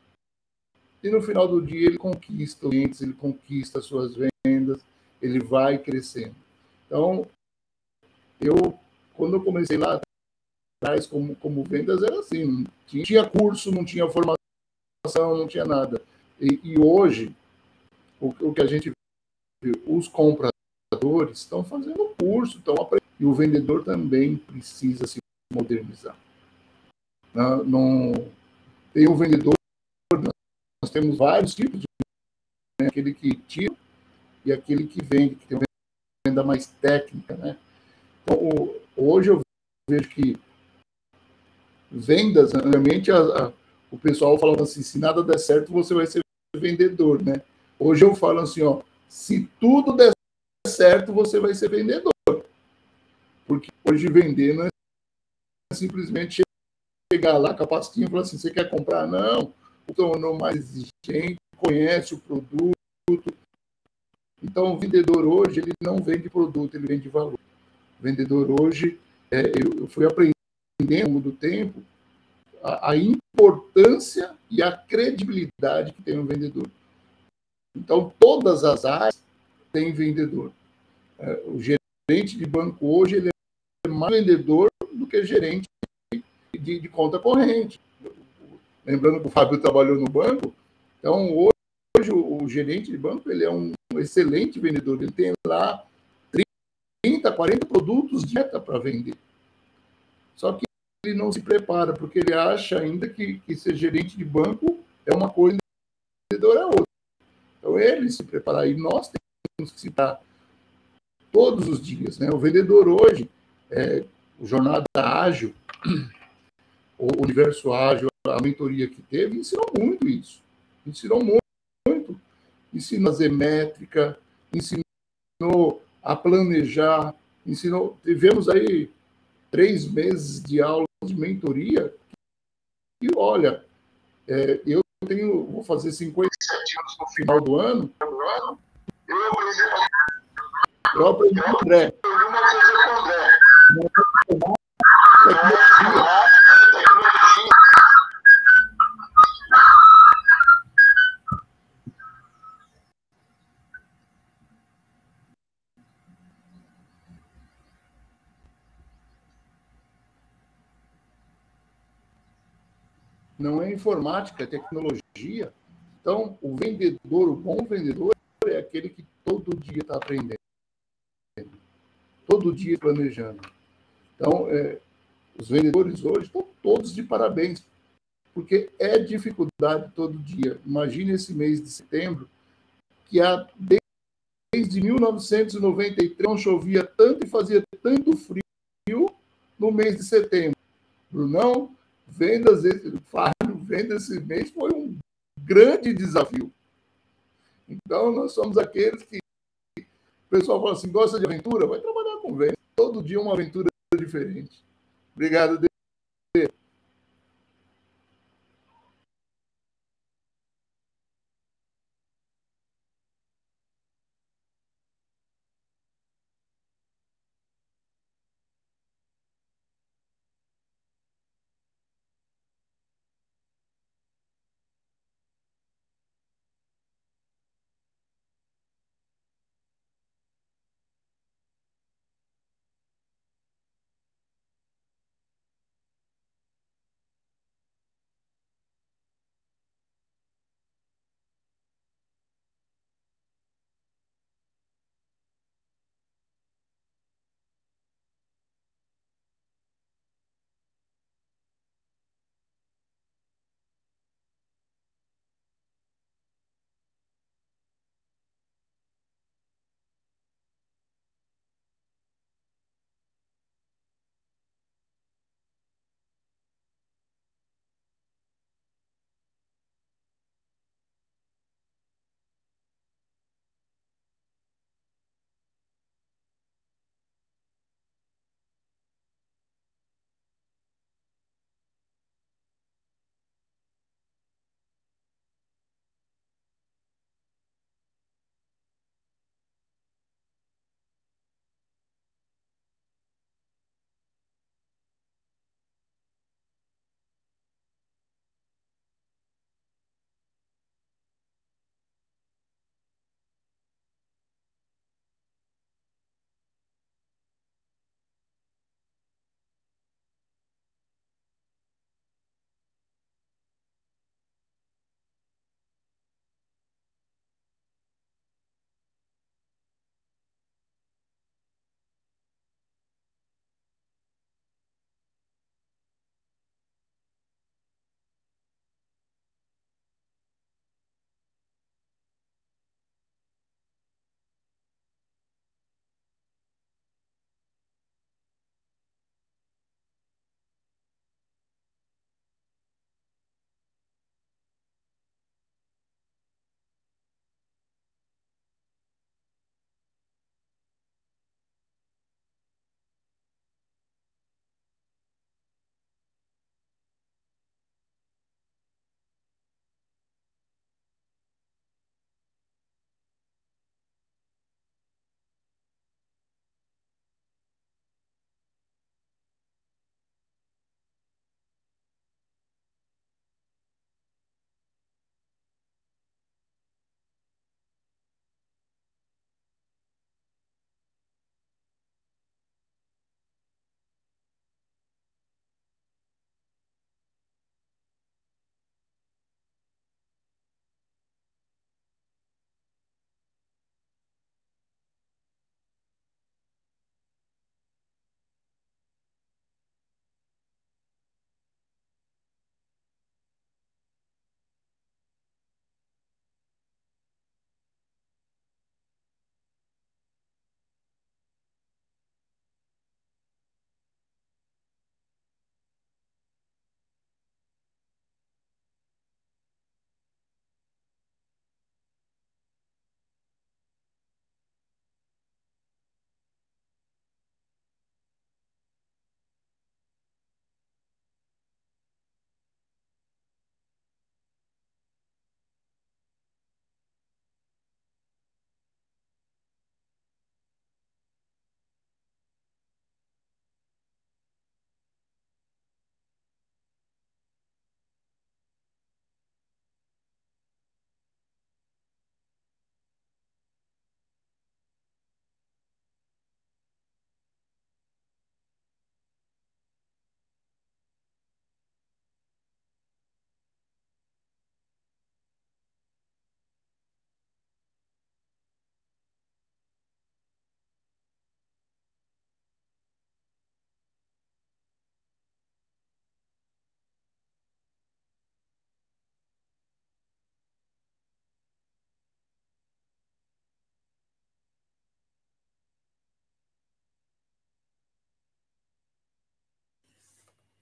e no final do dia ele conquista os clientes, ele conquista as suas vendas, ele vai crescendo. Então, eu, quando eu comecei lá atrás como, como vendas, era assim, não tinha, tinha curso, não tinha formação, não tinha nada. E, e hoje, o, o que a gente viu, os compradores estão fazendo curso, estão aprendendo, e o vendedor também precisa se modernizar. Não, não, tem o vendedor, nós temos vários tipos de vendedor, né? Aquele que tira e aquele que vende, que tem uma venda mais técnica, né? Então, hoje eu vejo que vendas, antigamente a, a, o pessoal falava assim, se nada der certo, você vai ser vendedor, né? Hoje eu falo assim, ó, se tudo der certo, você vai ser vendedor. Porque hoje vender não é simplesmente chegar lá com a pastinha e falar assim, você quer comprar? Não. O tornou mais exigente, conhece o produto. Então, o vendedor hoje, ele não vende produto, ele vende valor. O vendedor hoje, é, eu, eu fui aprendendo ao longo do tempo a, a importância e a credibilidade que tem um vendedor. Então, todas as áreas têm vendedor. É, o gerente de banco hoje, ele é mais vendedor do que gerente de, de conta corrente. Lembrando que o Fábio trabalhou no banco, então hoje, hoje o, o gerente de banco ele é um excelente vendedor, ele tem lá trinta, quarenta produtos de meta para vender. Só que ele não se prepara, porque ele acha ainda que, que ser gerente de banco é uma coisa e vendedor é outra. Então ele se preparar, e nós temos que se dar todos os dias, né? O vendedor hoje, é, o Jornada Ágil, o Universo Ágil, a mentoria que teve, ensinou muito isso. Ensinou muito, muito. Ensinou a fazer métrica, ensinou a planejar, ensinou... Tivemos aí três meses de aula de mentoria e, olha, é, eu tenho, vou fazer cinquenta e sete anos no final do ano, eu aprendi, eu aprendi com o André. Uma coisa com o André. não é informática, é tecnologia. Então, o vendedor, o bom vendedor, é aquele que todo dia está aprendendo, todo dia planejando. Então, é, os vendedores hoje estão todos de parabéns, porque é dificuldade todo dia. Imagine esse mês de setembro, que há, desde mil novecentos e noventa e três não chovia tanto e fazia tanto frio no mês de setembro. Brunão, vendas esse, Fábio, vendas esse mês foi um grande desafio. Então, nós somos aqueles que o pessoal fala assim, gosta de aventura? Vai trabalhar com vendas. Todo dia uma aventura diferente. Obrigado, Deus.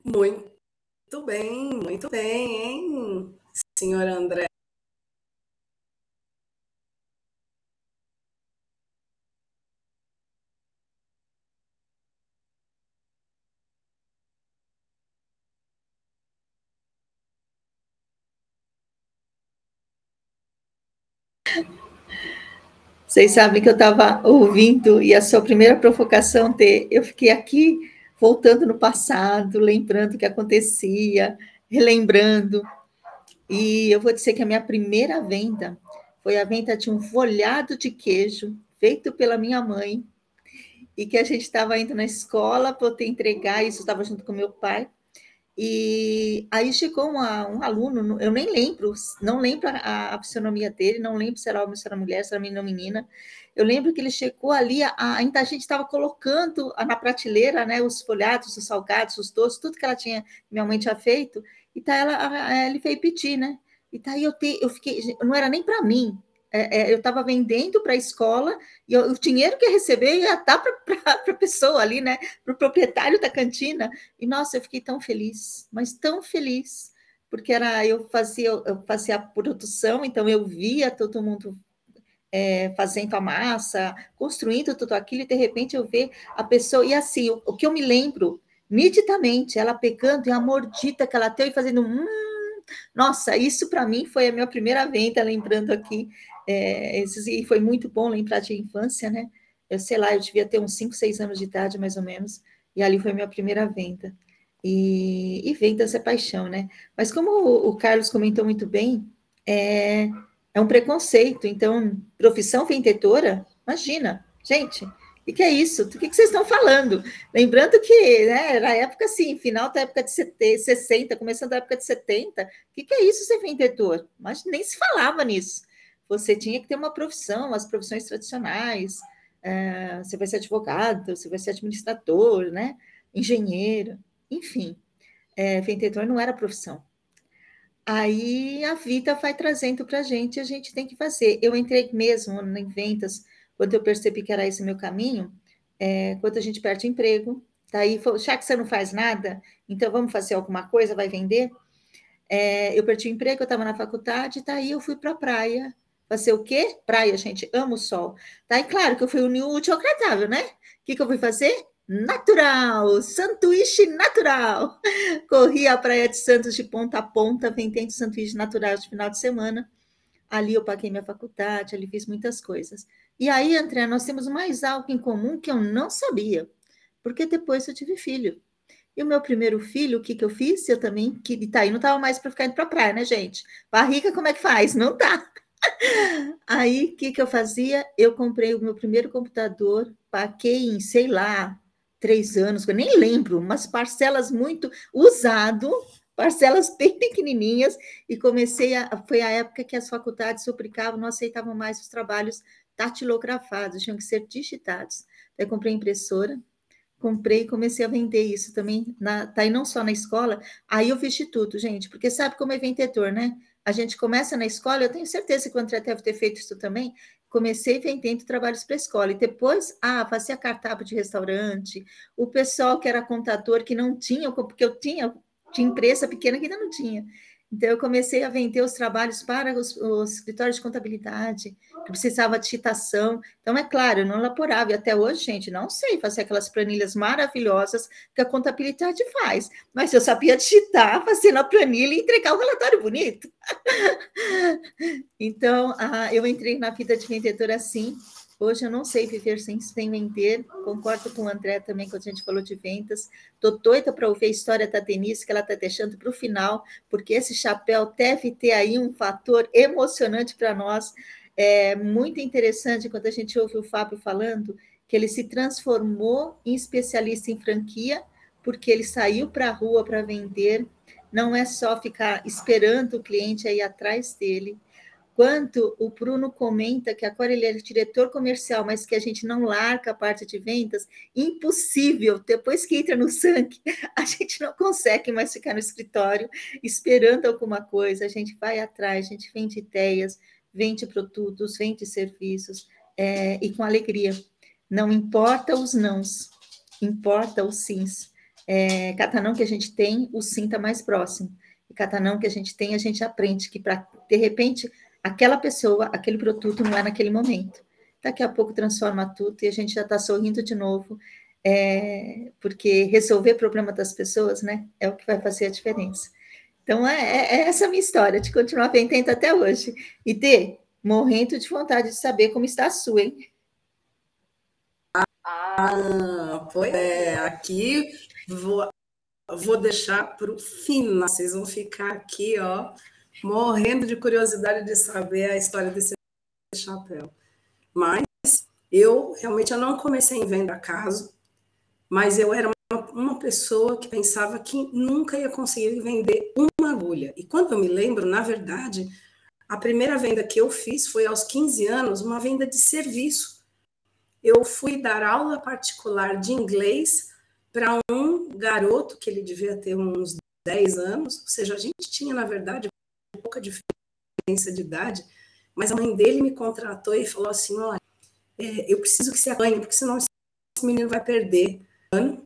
Muito bem, muito bem, hein, senhor André? Vocês sabem que eu estava ouvindo e a sua primeira provocação ter, eu fiquei aqui voltando no passado, lembrando o que acontecia, relembrando. E eu vou dizer que a minha primeira venda foi a venda de um folhado de queijo feito pela minha mãe e que a gente estava indo na escola para poder entregar, isso estava junto com meu pai. E aí chegou uma, um aluno, eu nem lembro, não lembro a, a fisionomia dele, não lembro se era homem, se era mulher, se era menino ou menina. Eu lembro que ele chegou ali, a, ainda a gente estava colocando na prateleira, né, os folhados, os salgados, os doces, tudo que ela tinha, minha mãe tinha feito, e tá ela, ele veio pedir, né? E tá aí eu, te, eu fiquei, não era nem para mim, é, é, eu estava vendendo para a escola, e eu, o dinheiro que eu receber ia estar para a pessoa ali, né? Para o proprietário da cantina. E, nossa, eu fiquei tão feliz, mas tão feliz, porque era, eu, fazia, eu fazia a produção, então eu via todo mundo é, fazendo a massa, construindo tudo aquilo, e de repente eu ver a pessoa, e assim, o, o que eu me lembro, nitidamente, ela pegando e a mordida que ela teve e fazendo, hum, nossa, isso para mim foi a minha primeira venda, lembrando aqui, é, esses, e foi muito bom lembrar de infância, né? Eu sei lá, eu devia ter uns cinco, seis anos de idade, mais ou menos, e ali foi a minha primeira venda. E, e vendas é paixão, né? Mas como o, o Carlos comentou muito bem, é, é um preconceito. Então, profissão vendedora, imagina, gente, o que, que é isso? Do que, que vocês estão falando? Lembrando que né, era a época assim, final da época de sessenta, começando da época de setenta, o que, que é isso ser vendedor? Mas nem se falava nisso. Você tinha que ter uma profissão, as profissões tradicionais, é, você vai ser advogado, você vai ser administrador, né? Engenheiro, enfim, é, vendedor não era profissão. Aí a vida vai trazendo para a gente, a gente tem que fazer. Eu entrei mesmo em vendas, quando eu percebi que era esse meu caminho, é, quando a gente perde emprego, daí, já que você não faz nada, então vamos fazer alguma coisa, vai vender? É, eu perdi o emprego, eu estava na faculdade, daí eu fui para a praia. Fazer o quê? Praia, gente, amo o sol. Daí, claro que eu fui unir o útil ao agradável, né? O que, que eu fui fazer? Natural, sanduíche natural. Corri a praia de Santos de ponta a ponta, vendendo sanduíche natural de final de semana. Ali eu paguei minha faculdade, ali fiz muitas coisas. E aí, André, nós temos mais algo em comum que eu não sabia, porque depois eu tive filho. E o meu primeiro filho, o que, que eu fiz? Eu também, que tá aí, não estava mais para ficar indo para a praia, né, gente? Barriga, como é que faz? Não tá. Aí, o que, que eu fazia? Eu comprei o meu primeiro computador, paguei em, sei lá, três anos, eu nem lembro, umas parcelas muito usado, parcelas bem pequenininhas, e comecei a... Foi a época que as faculdades suplicavam, não aceitavam mais os trabalhos datilografados, tinham que ser digitados. Daí comprei impressora, comprei e comecei a vender isso também, na, tá aí não só na escola, aí eu fiz de tudo, gente, porque sabe como é vendedor, né? A gente começa na escola, eu tenho certeza que o André deve ter feito isso também, comecei vendendo trabalhos para a escola, e depois, ah, fazia cardápio de restaurante, o pessoal que era contador, que não tinha, porque eu tinha, tinha empresa pequena que ainda não tinha, então eu comecei a vender os trabalhos para os, os escritórios de contabilidade, que precisava de citação. Então, é claro, eu não elaborava, e até hoje, gente, não sei fazer aquelas planilhas maravilhosas que a contabilidade faz, mas eu sabia digitar, fazer na planilha e entregar um relatório bonito. Então, ah, eu entrei na vida de vendedora assim. Hoje eu não sei viver sem, sem vender, concordo com o André também, quando a gente falou de vendas. Estou doida para ouvir a história da Denise, que ela está deixando para o final, porque esse chapéu deve ter aí um fator emocionante para nós. É muito interessante quando a gente ouve o Fábio falando que ele se transformou em especialista em franquia, porque ele saiu para a rua para vender, não é só ficar esperando o cliente aí atrás dele. Quanto o Bruno comenta que agora ele é diretor comercial, mas que a gente não larga a parte de vendas, impossível, depois que entra no sangue, a gente não consegue mais ficar no escritório esperando alguma coisa, a gente vai atrás, a gente vende ideias, vende produtos, vende serviços, é, e com alegria. Não importa os nãos, importa os sims. É, cada não que a gente tem, o sim está mais próximo. E cada não que a gente tem, a gente aprende que, para de repente, aquela pessoa, aquele produto não é naquele momento. Daqui a pouco transforma tudo e a gente já está sorrindo de novo, é, porque resolver o problema das pessoas, né, é o que vai fazer a diferença. Então, é, é, é essa a minha história, de continuar vendendo até hoje. E ter, morrendo de vontade de saber como está a sua, hein? Ah, pois é, aqui vou, vou deixar para o final, vocês vão ficar aqui, ó, morrendo de curiosidade de saber a história desse chapéu. Mas eu realmente eu não comecei em venda acaso, mas eu era uma, uma pessoa que pensava que nunca ia conseguir vender uma agulha. E quando eu me lembro, na verdade, a primeira venda que eu fiz foi aos quinze anos, uma venda de serviço. Eu fui dar aula particular de inglês para um garoto que ele devia ter uns dez anos, ou seja, a gente tinha, na verdade, pouca diferença de idade, mas a mãe dele me contratou e falou assim, olha, é, eu preciso que você apanhe, porque senão esse menino vai perder ano,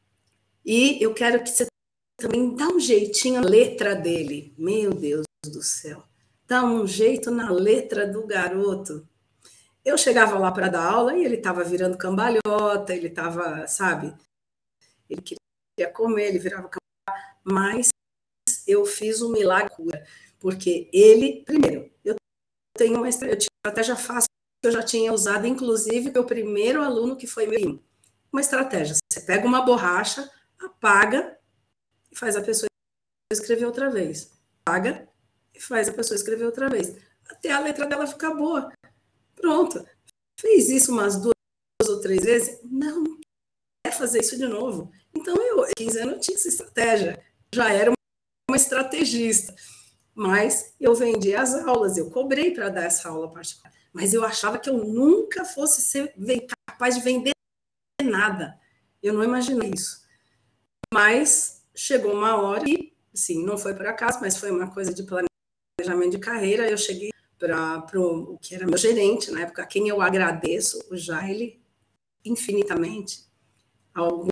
e eu quero que você também dá um jeitinho na letra dele. Meu Deus do céu, dá um jeito na letra do garoto. Eu chegava lá para dar aula e ele estava virando cambalhota, ele estava, sabe, ele queria comer, ele virava cambalhota, mas eu fiz um milagre, porque ele, primeiro, eu tenho uma estratégia fácil que eu já tinha usado, inclusive, o primeiro aluno que foi meu, uma estratégia, você pega uma borracha, apaga e faz a pessoa escrever outra vez, apaga e faz a pessoa escrever outra vez, até a letra dela ficar boa, pronto. Fez isso umas duas ou três vezes? Não, não quer fazer isso de novo. Então, eu, quinze anos, eu tinha essa estratégia. Já era uma estrategista. Mas eu vendi as aulas, eu cobrei para dar essa aula particular. Mas eu achava que eu nunca fosse ser capaz de vender nada. Eu não imaginei isso. Mas chegou uma hora e, assim, não foi por acaso, mas foi uma coisa de planejamento de carreira. Eu cheguei para o que era meu gerente, na época, a quem eu agradeço, o Jaile, infinitamente. Alguns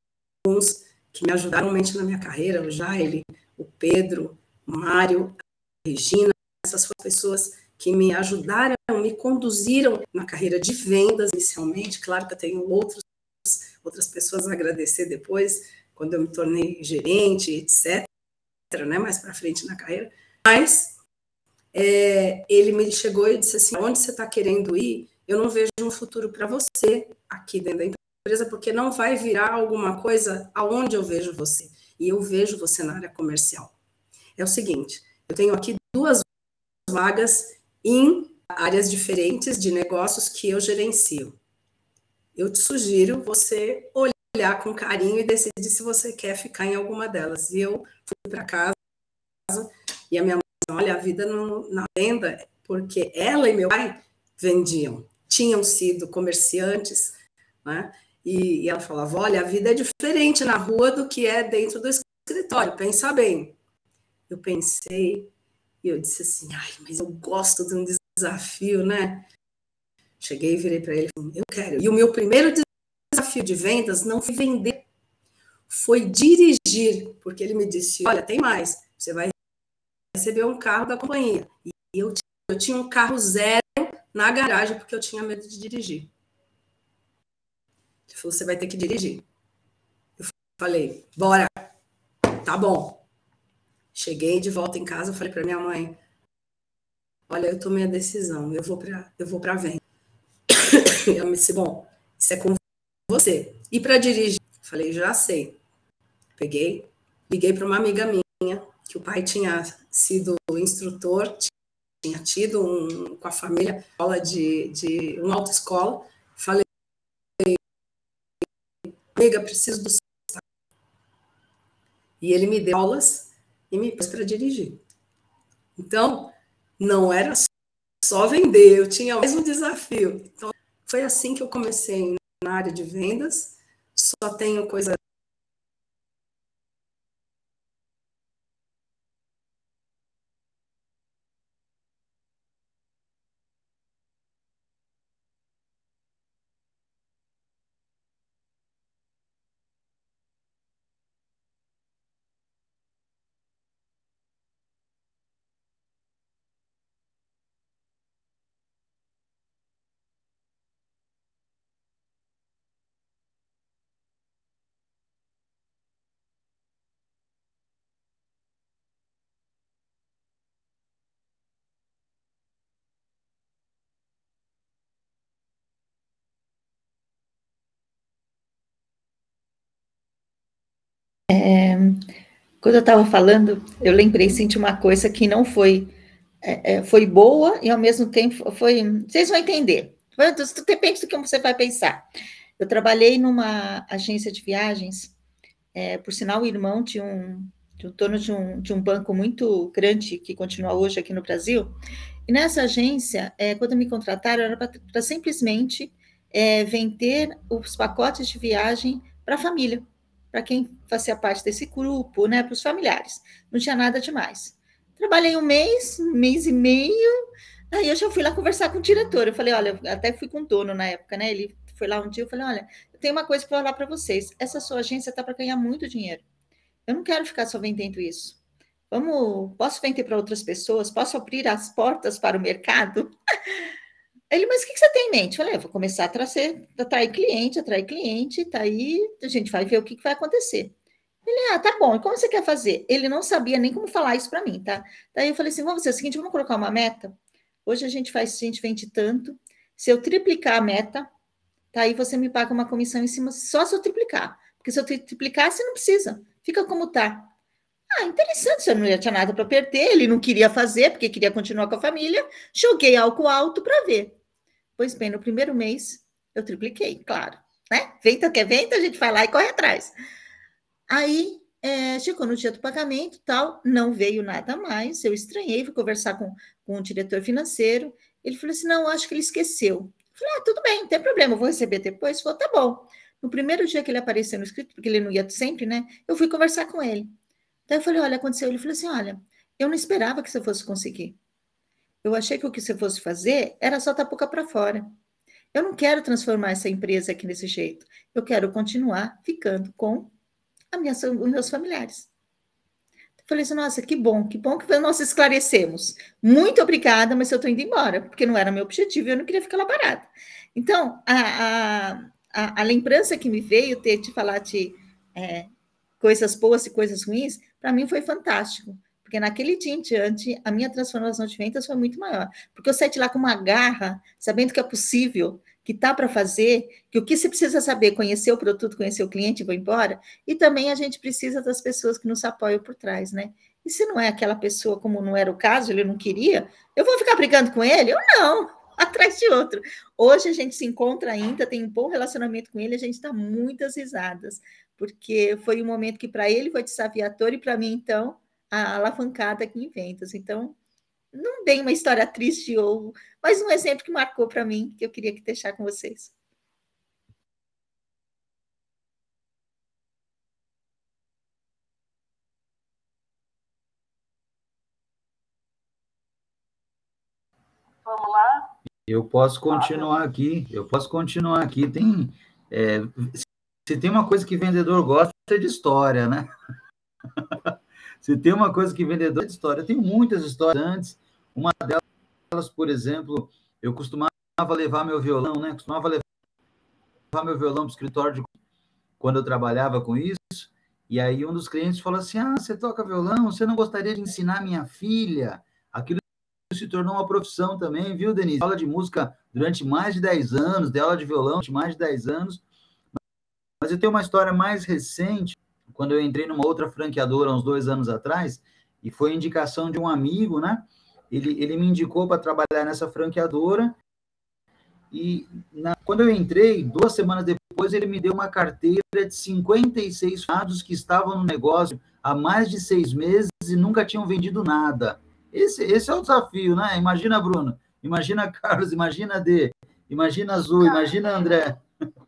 que me ajudaram realmente na minha carreira, o Jaile, o Pedro, o Mário, a Regina, essas foram pessoas que me ajudaram, me conduziram na carreira de vendas inicialmente. Claro que eu tenho outros, outras pessoas a agradecer depois, quando eu me tornei gerente, etcétera, né, mais para frente na carreira. Mas é, ele me chegou e disse assim, onde você está querendo ir? Eu não vejo um futuro para você aqui dentro da empresa, porque não vai virar alguma coisa aonde eu vejo você. E eu vejo você na área comercial. É o seguinte, eu tenho aqui duas vagas em áreas diferentes de negócios que eu gerencio. Eu te sugiro você olhar com carinho e decidir se você quer ficar em alguma delas. E eu fui para casa e a minha mãe disse, olha, a vida no, na venda, porque ela e meu pai vendiam, tinham sido comerciantes, né? E, e ela falava, olha, a vida é diferente na rua do que é dentro do escritório, pensa bem. Eu pensei, e eu disse assim, ai, mas eu gosto de um desafio, né? Cheguei e virei para ele e falei, eu quero. E o meu primeiro desafio de vendas não foi vender, foi dirigir, porque ele me disse, olha, tem mais, você vai receber um carro da companhia. E eu, eu tinha um carro zero na garagem, porque eu tinha medo de dirigir. Ele falou, você vai ter que dirigir. Eu falei, bora, tá bom. Cheguei de volta em casa, falei para minha mãe, olha, eu tomei a decisão, eu vou para eu vou para venda. Eu me disse, bom, isso é com você. E para dirigir? Falei, já sei. Peguei, liguei para uma amiga minha, que o pai tinha sido instrutor, tinha tido um, com a família aula de, de uma autoescola. Falei, amiga, preciso do seu. E ele me deu aulas e me pôs para dirigir. Então, não era só vender, eu tinha mais um desafio. Então, foi assim que eu comecei na área de vendas. Só tenho coisa É, quando eu estava falando, eu lembrei, sim, de uma coisa que não foi, é, é, foi boa e, ao mesmo tempo, foi... Vocês vão entender. Depende do que você vai pensar. Eu trabalhei numa agência de viagens, é, por sinal, o irmão de um, de um dono de um, de um banco muito grande, que continua hoje aqui no Brasil, e nessa agência, é, quando me contrataram, era para simplesmente é, vender os pacotes de viagem para a família, para quem fazia parte desse grupo, né, para os familiares. Não tinha nada demais. Trabalhei um mês, um mês e meio, aí eu já fui lá conversar com o diretor. Eu falei, olha, até fui com o dono na época, né? Ele foi lá um dia, eu falei, olha, eu tenho uma coisa para falar para vocês. Essa sua agência está para ganhar muito dinheiro. Eu não quero ficar só vendendo isso. Vamos, posso vender para outras pessoas? Posso abrir as portas para o mercado? Ele, mas o que você tem em mente? Eu falei, eu vou começar a trazer, atrair cliente, atrair cliente, tá aí, a gente vai ver o que vai acontecer. Ele, ah, tá bom, e como você quer fazer? Ele não sabia nem como falar isso para mim, tá? Daí eu falei assim, vamos fazer o seguinte, vamos colocar uma meta? Hoje a gente faz, a gente vende tanto, se eu triplicar a meta, tá aí você me paga uma comissão em cima, só se eu triplicar. Porque se eu triplicar, você não precisa, fica como tá. Ah, interessante, se eu não tinha nada para perder, ele não queria fazer, porque queria continuar com a família, joguei álcool alto para ver. Pois bem, no primeiro mês, eu tripliquei, claro, né? Venta que é venta, a gente vai lá e corre atrás. Aí, é, chegou no dia do pagamento, tal, não veio nada mais, eu estranhei, fui conversar com, com o diretor financeiro, ele falou assim, não, acho que ele esqueceu. Eu falei, ah, tudo bem, não tem problema, eu vou receber depois. Ele falou, tá bom. No primeiro dia que ele apareceu no escrito, porque ele não ia sempre, né, eu fui conversar com ele. Daí eu falei, olha, aconteceu. Ele falou assim, olha, eu não esperava que você fosse conseguir. Eu achei que o que você fosse fazer era só boca para fora. Eu não quero transformar essa empresa aqui desse jeito. Eu quero continuar ficando com a minha, os meus familiares. Eu falei assim, nossa, que bom, que bom que nós esclarecemos. Muito obrigada, mas eu estou indo embora, porque não era meu objetivo, eu não queria ficar lá parada. Então, a, a, a, a lembrança que me veio ter de falar de é, coisas boas e coisas ruins, para mim foi fantástico, porque naquele dia em diante, a minha transformação de vendas foi muito maior, porque eu saí de lá com uma garra, sabendo que é possível, que tá para fazer, que o que você precisa saber, conhecer o produto, conhecer o cliente e vou embora, e também a gente precisa das pessoas que nos apoiam por trás, né? E se não é aquela pessoa, como não era o caso, ele não queria, eu vou ficar brigando com ele? Eu não, atrás de outro. Hoje a gente se encontra ainda, tem um bom relacionamento com ele, a gente dá muitas risadas, porque foi um momento que para ele foi desafiador e para mim, então, a alavancada aqui em vendas. Então, não tem uma história triste, ou, mas um exemplo que marcou para mim, que eu queria deixar com vocês. Vamos lá? Eu posso continuar aqui, eu posso continuar aqui. Tem, é, se tem uma coisa que vendedor gosta, é de história, né? Se tem uma coisa que vendedor é de história, tem muitas histórias antes. Uma delas, por exemplo, eu costumava levar meu violão, né? Costumava levar meu violão para o escritório de... quando eu trabalhava com isso. E aí um dos clientes falou assim, ah, você toca violão, você não gostaria de ensinar minha filha? Aquilo se tornou uma profissão também, viu, Denise? Aula de música durante mais de dez anos, de aula de violão durante mais de dez anos. Mas eu tenho uma história mais recente, quando eu entrei numa outra franqueadora, uns dois anos atrás, e foi indicação de um amigo, né? Ele, ele me indicou para trabalhar nessa franqueadora, e na, quando eu entrei, duas semanas depois, ele me deu uma carteira de cinquenta e seis funcionários que estavam no negócio há mais de seis meses e nunca tinham vendido nada. Esse, esse é o desafio, né? Imagina, Bruno, imagina Carlos, imagina Dê, imagina Azul, imagina André.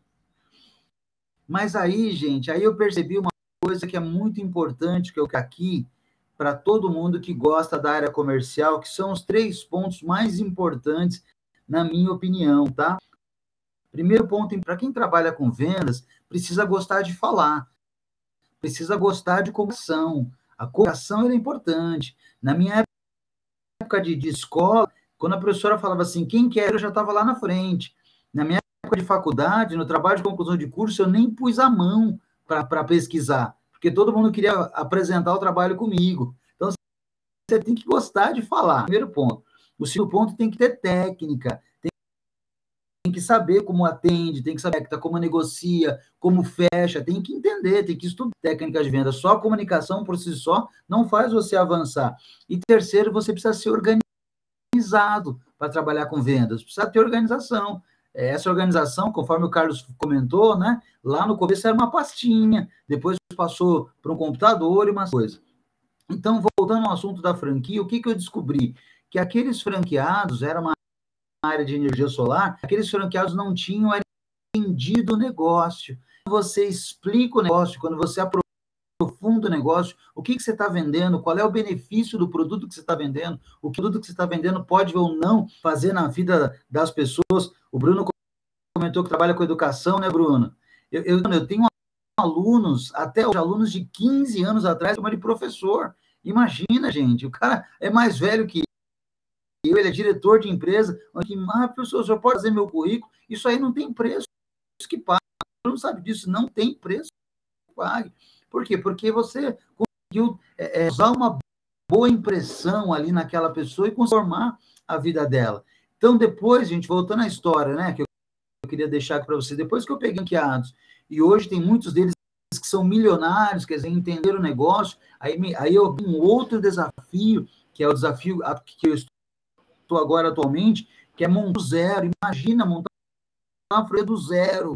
Mas aí, gente, aí eu percebi uma coisa que é muito importante, que eu aqui, para todo mundo que gosta da área comercial, que são os três pontos mais importantes, na minha opinião, tá? Primeiro ponto, para quem trabalha com vendas, precisa gostar de falar, precisa gostar de comunicação. A comunicação é importante. Na minha época de, de escola, quando a professora falava assim, quem quer, eu já estava lá na frente. Na minha época de faculdade, no trabalho de conclusão de curso, eu nem pus a mão para pesquisar, porque todo mundo queria apresentar o trabalho comigo. Então, você tem que gostar de falar, primeiro ponto. O segundo ponto, tem que ter técnica, tem tem que saber como atende, tem que saber como negocia, como fecha, tem que entender, tem que estudar técnicas de venda. Só a comunicação por si só não faz você avançar. E terceiro, você precisa ser organizado para trabalhar com vendas, precisa ter organização. Essa organização, conforme o Carlos comentou, né, lá no começo era uma pastinha, depois passou para um computador e umas coisas. Então, voltando ao assunto da franquia, o que, que eu descobri? Que aqueles franqueados, era uma área de energia solar, aqueles franqueados não tinham entendido o negócio. Você explica o negócio, quando você aprofunda o negócio, o que, que você está vendendo, qual é o benefício do produto que você está vendendo, o produto que você está vendendo pode ou não fazer na vida das pessoas. O Bruno comentou que trabalha com educação, né, Bruno? Eu, eu, eu tenho alunos, até os alunos de quinze anos atrás, chama de professor. Imagina, gente, o cara é mais velho que eu, ele é diretor de empresa, onde, ah, professor, o senhor pode fazer meu currículo? Isso aí não tem preço que pague. Você não sabe disso, não tem preço que pague. Por quê? Porque você conseguiu é, usar uma boa impressão ali naquela pessoa e transformar a vida dela. Então, depois, gente, voltando à história, né, que eu queria deixar aqui para vocês, depois que eu peguei ranqueados, e hoje tem muitos deles que são milionários, quer dizer, entenderam o negócio, aí, aí eu vi um outro desafio, que é o desafio que eu estou estou agora atualmente, que é montar do zero. Imagina montar uma franquia do zero.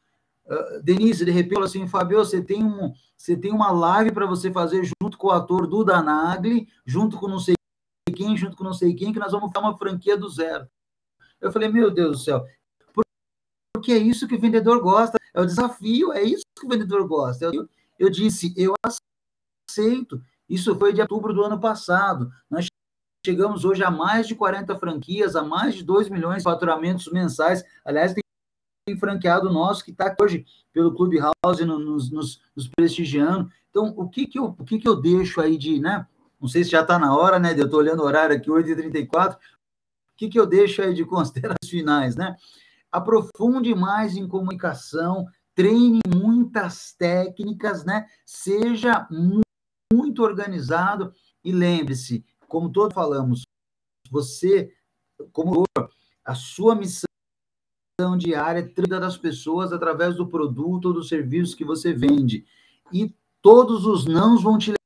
Uh, Denise, de repente, assim, Fabio, você tem, um, você tem uma live para você fazer junto com o ator Duda Nagli, junto com não sei quem, junto com não sei quem, que nós vamos fazer uma franquia do zero. Eu falei, meu Deus do céu, porque é isso que o vendedor gosta, é o desafio, é isso que o vendedor gosta. Eu, eu disse, eu aceito. Isso foi de outubro do ano passado. Nós chegamos hoje a mais de quarenta franquias, a mais de dois milhões de faturamentos mensais. Aliás, tem franqueado nosso que está hoje pelo Clubhouse nos, nos, nos prestigiando. Então, o que que eu, o que que eu deixo aí de, né? Não sei se já está na hora, né? Eu estou olhando o horário aqui, oito e trinta e quatro. O que que eu deixo aí de considerações finais, né? Aprofunde mais em comunicação, treine muitas técnicas, né? Seja muito organizado e lembre-se, como todos falamos, você, como a sua missão diária é tratar das pessoas através do produto ou do serviço que você vende. E todos os nãos vão te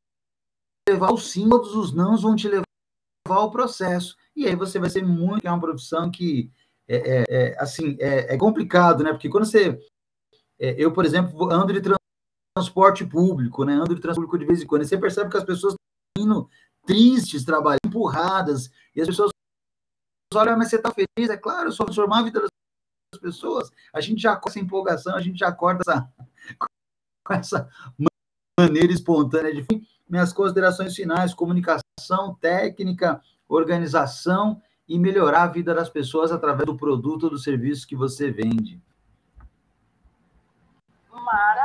levar ao sim, todos os nãos vão te levar ao processo. E aí você vai ser muito, é uma profissão que é, é, é assim, é, é complicado, né? Porque quando você, é, eu, por exemplo, ando de transporte público, né? Ando de transporte público de vez em quando, e você percebe que as pessoas estão indo tristes, trabalhando, empurradas, e as pessoas olham, mas você está feliz? É claro, eu sou transformar a vida das pessoas. A gente já com essa empolgação, a gente já acorda essa, com essa maneira espontânea de fim. Minhas considerações finais, comunicação, técnica, organização e melhorar a vida das pessoas através do produto ou do serviço que você vende. Mara.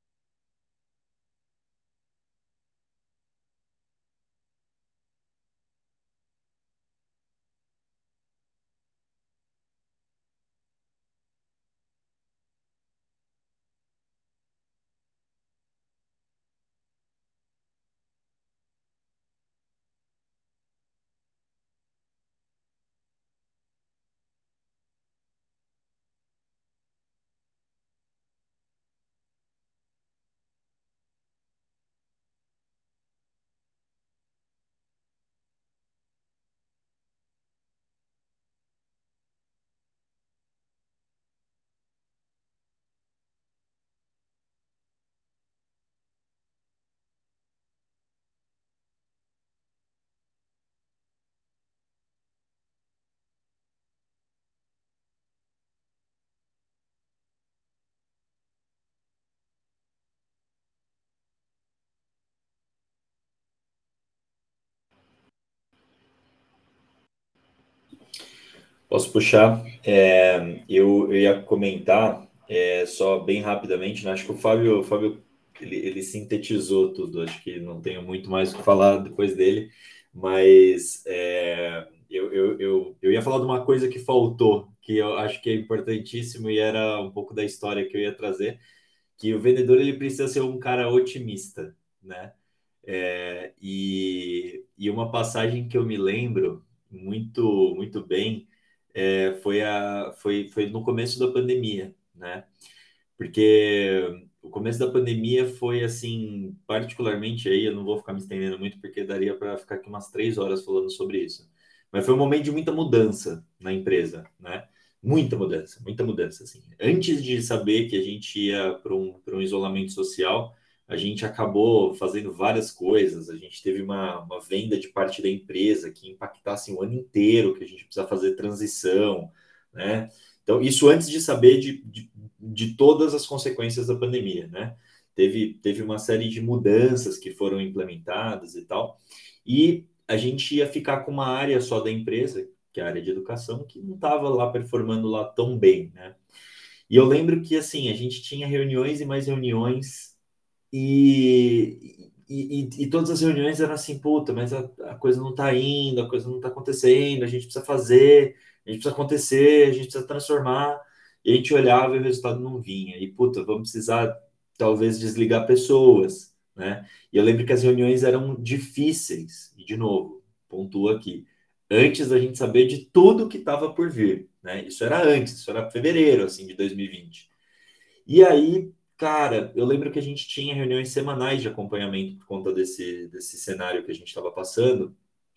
Posso puxar? É, eu, eu ia comentar é, só bem rapidamente, né? Acho que o Fábio, o Fábio ele, ele sintetizou tudo, acho que não tenho muito mais o que falar depois dele, mas é, eu, eu, eu, eu ia falar de uma coisa que faltou, que eu acho que é importantíssimo e era um pouco da história que eu ia trazer, que o vendedor ele precisa ser um cara otimista, né? É, e, e uma passagem que eu me lembro muito, muito bem é, foi, a, foi, foi no começo da pandemia, né? Porque o começo da pandemia foi assim, particularmente aí, eu não vou ficar me estendendo muito, porque daria para ficar aqui umas três horas falando sobre isso. Mas foi um momento de muita mudança na empresa, né? Muita mudança, muita mudança, assim. Antes de saber que a gente ia para um, para um isolamento social, a gente acabou fazendo várias coisas. A gente teve uma, uma venda de parte da empresa que impactasse o ano inteiro, que a gente precisa fazer transição, né? Então, isso antes de saber de, de, de todas as consequências da pandemia, né? Teve, teve uma série de mudanças que foram implementadas e tal. E a gente ia ficar com uma área só da empresa, que é a área de educação, que não estava lá performando lá tão bem, né? E eu lembro que, assim, a gente tinha reuniões e mais reuniões e, e, e, e todas as reuniões eram assim, puta, mas a, a coisa não está indo, a coisa não está acontecendo, a gente precisa fazer, a gente precisa acontecer, a gente precisa transformar. E a gente olhava e o resultado não vinha. E, puta, vamos precisar, talvez, desligar pessoas, né? E eu lembro que as reuniões eram difíceis. E, de novo, pontuo aqui, antes da gente saber de tudo que estava por vir, né? Isso era antes, isso era fevereiro, assim, de dois mil e vinte. E aí, cara, eu lembro que a gente tinha reuniões semanais de acompanhamento por conta desse, desse cenário que a gente estava passando.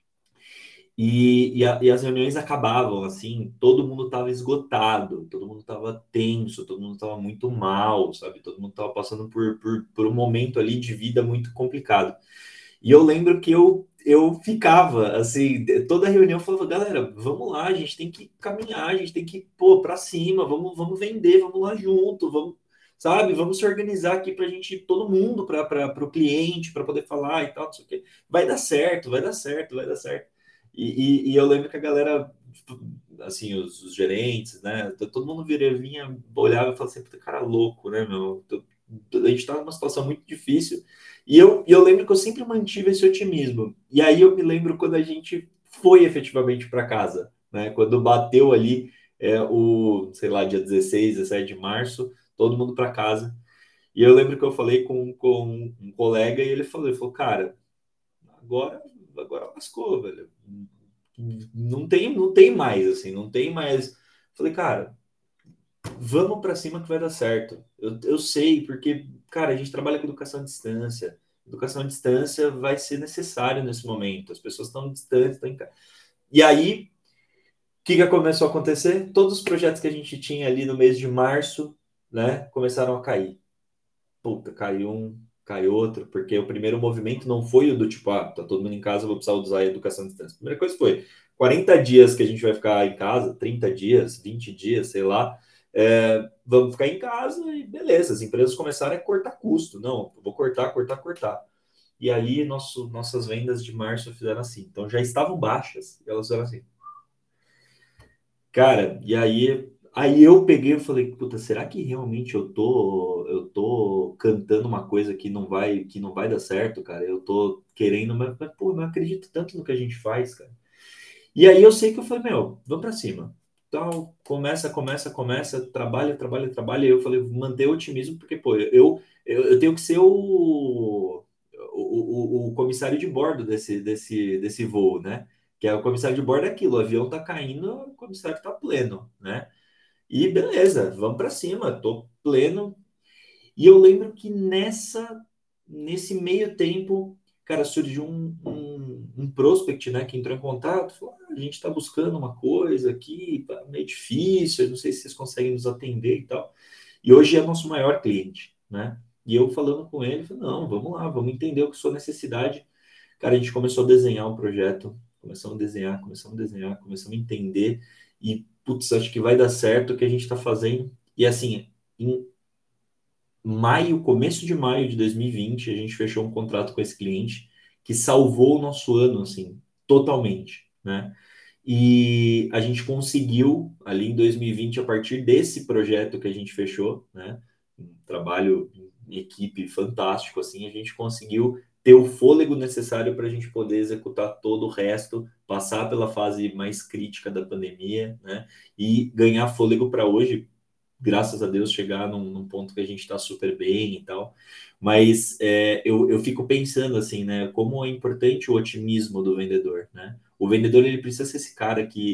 E, e, a, e as reuniões acabavam, assim, todo mundo estava esgotado, todo mundo estava tenso, todo mundo estava muito mal, sabe? Todo mundo estava passando por, por, por um momento ali de vida muito complicado. E eu lembro que eu, eu ficava, assim, toda reunião eu falava, galera, vamos lá, a gente tem que caminhar, a gente tem que pôr para cima, vamos, vamos vender, vamos lá junto, vamos, sabe? Vamos se organizar aqui para a gente, todo mundo, para o cliente, para poder falar e tal, não sei o quê. Vai dar certo, vai dar certo, vai dar certo. E, e, e eu lembro que a galera, assim, os, os gerentes, né? Todo mundo viria, vinha, olhava e falava assim, cara louco, né, meu? A gente tá numa situação muito difícil. E eu, e eu lembro que eu sempre mantive esse otimismo. E aí eu me lembro quando a gente foi efetivamente para casa, né? Quando bateu ali é, o, sei lá, dia dezesseis, dezessete de março, todo mundo para casa. E eu lembro que eu falei com, com um colega e ele falou, ele falou, cara, agora, agora lascou, velho. Não tem, não tem mais, assim, não tem mais. Falei, cara, vamos para cima que vai dar certo. Eu, eu sei, porque, cara, a gente trabalha com educação à distância. Educação à distância vai ser necessário nesse momento. As pessoas estão distantes, estão em casa. E aí, o que, que começou a acontecer? Todos os projetos que a gente tinha ali no mês de março, né, começaram a cair. Puta, caiu um, caiu outro, porque o primeiro movimento não foi o do tipo, ah, tá todo mundo em casa, vou precisar usar a educação à distância. A primeira coisa foi quarenta dias que a gente vai ficar em casa, trinta dias, vinte dias, sei lá, é, vamos ficar em casa e beleza, as empresas começaram a cortar custo. Não, vou cortar, cortar, cortar. E aí nosso, nossas vendas de março fizeram assim. Então já estavam baixas, elas fizeram assim. Cara, e aí, aí eu peguei e falei, puta, será que realmente eu tô, eu tô cantando uma coisa que não vai, que não vai dar certo, cara? Eu tô querendo, mas, mas pô, eu não acredito tanto no que a gente faz, cara. E aí eu sei que eu falei, meu, vamos para cima. Então, começa, começa, começa, trabalha, trabalha, trabalha. E eu falei, manter o otimismo, porque, pô, eu, eu, eu tenho que ser o, o, o, o comissário de bordo desse, desse, desse voo, né? Que é o comissário de bordo é aquilo, o avião tá caindo, o comissário tá pleno, né? E beleza, vamos para cima, tô pleno. E eu lembro que nessa, nesse meio tempo, cara, surgiu um, um, um prospect, né, que entrou em contato, falou, ah, a gente está buscando uma coisa aqui, tá meio difícil, não sei se vocês conseguem nos atender e tal. E hoje é nosso maior cliente, né? E eu falando com ele, falei, não, vamos lá, vamos entender o que é sua necessidade. Cara, a gente começou a desenhar um projeto, começamos a desenhar, começamos a desenhar, começamos a entender e, putz, acho que vai dar certo o que a gente está fazendo. E assim, em maio, começo de maio de dois mil e vinte, a gente fechou um contrato com esse cliente que salvou o nosso ano, assim, totalmente, né? E a gente conseguiu, ali em dois mil e vinte, a partir desse projeto que a gente fechou, né? Um trabalho em equipe fantástico, assim, a gente conseguiu ter o fôlego necessário para a gente poder executar todo o resto, passar pela fase mais crítica da pandemia, né? E ganhar fôlego para hoje, graças a Deus, chegar num, num ponto que a gente está super bem e tal. Mas é, eu, eu fico pensando assim, né? Como é importante o otimismo do vendedor, né? O vendedor, ele precisa ser esse cara que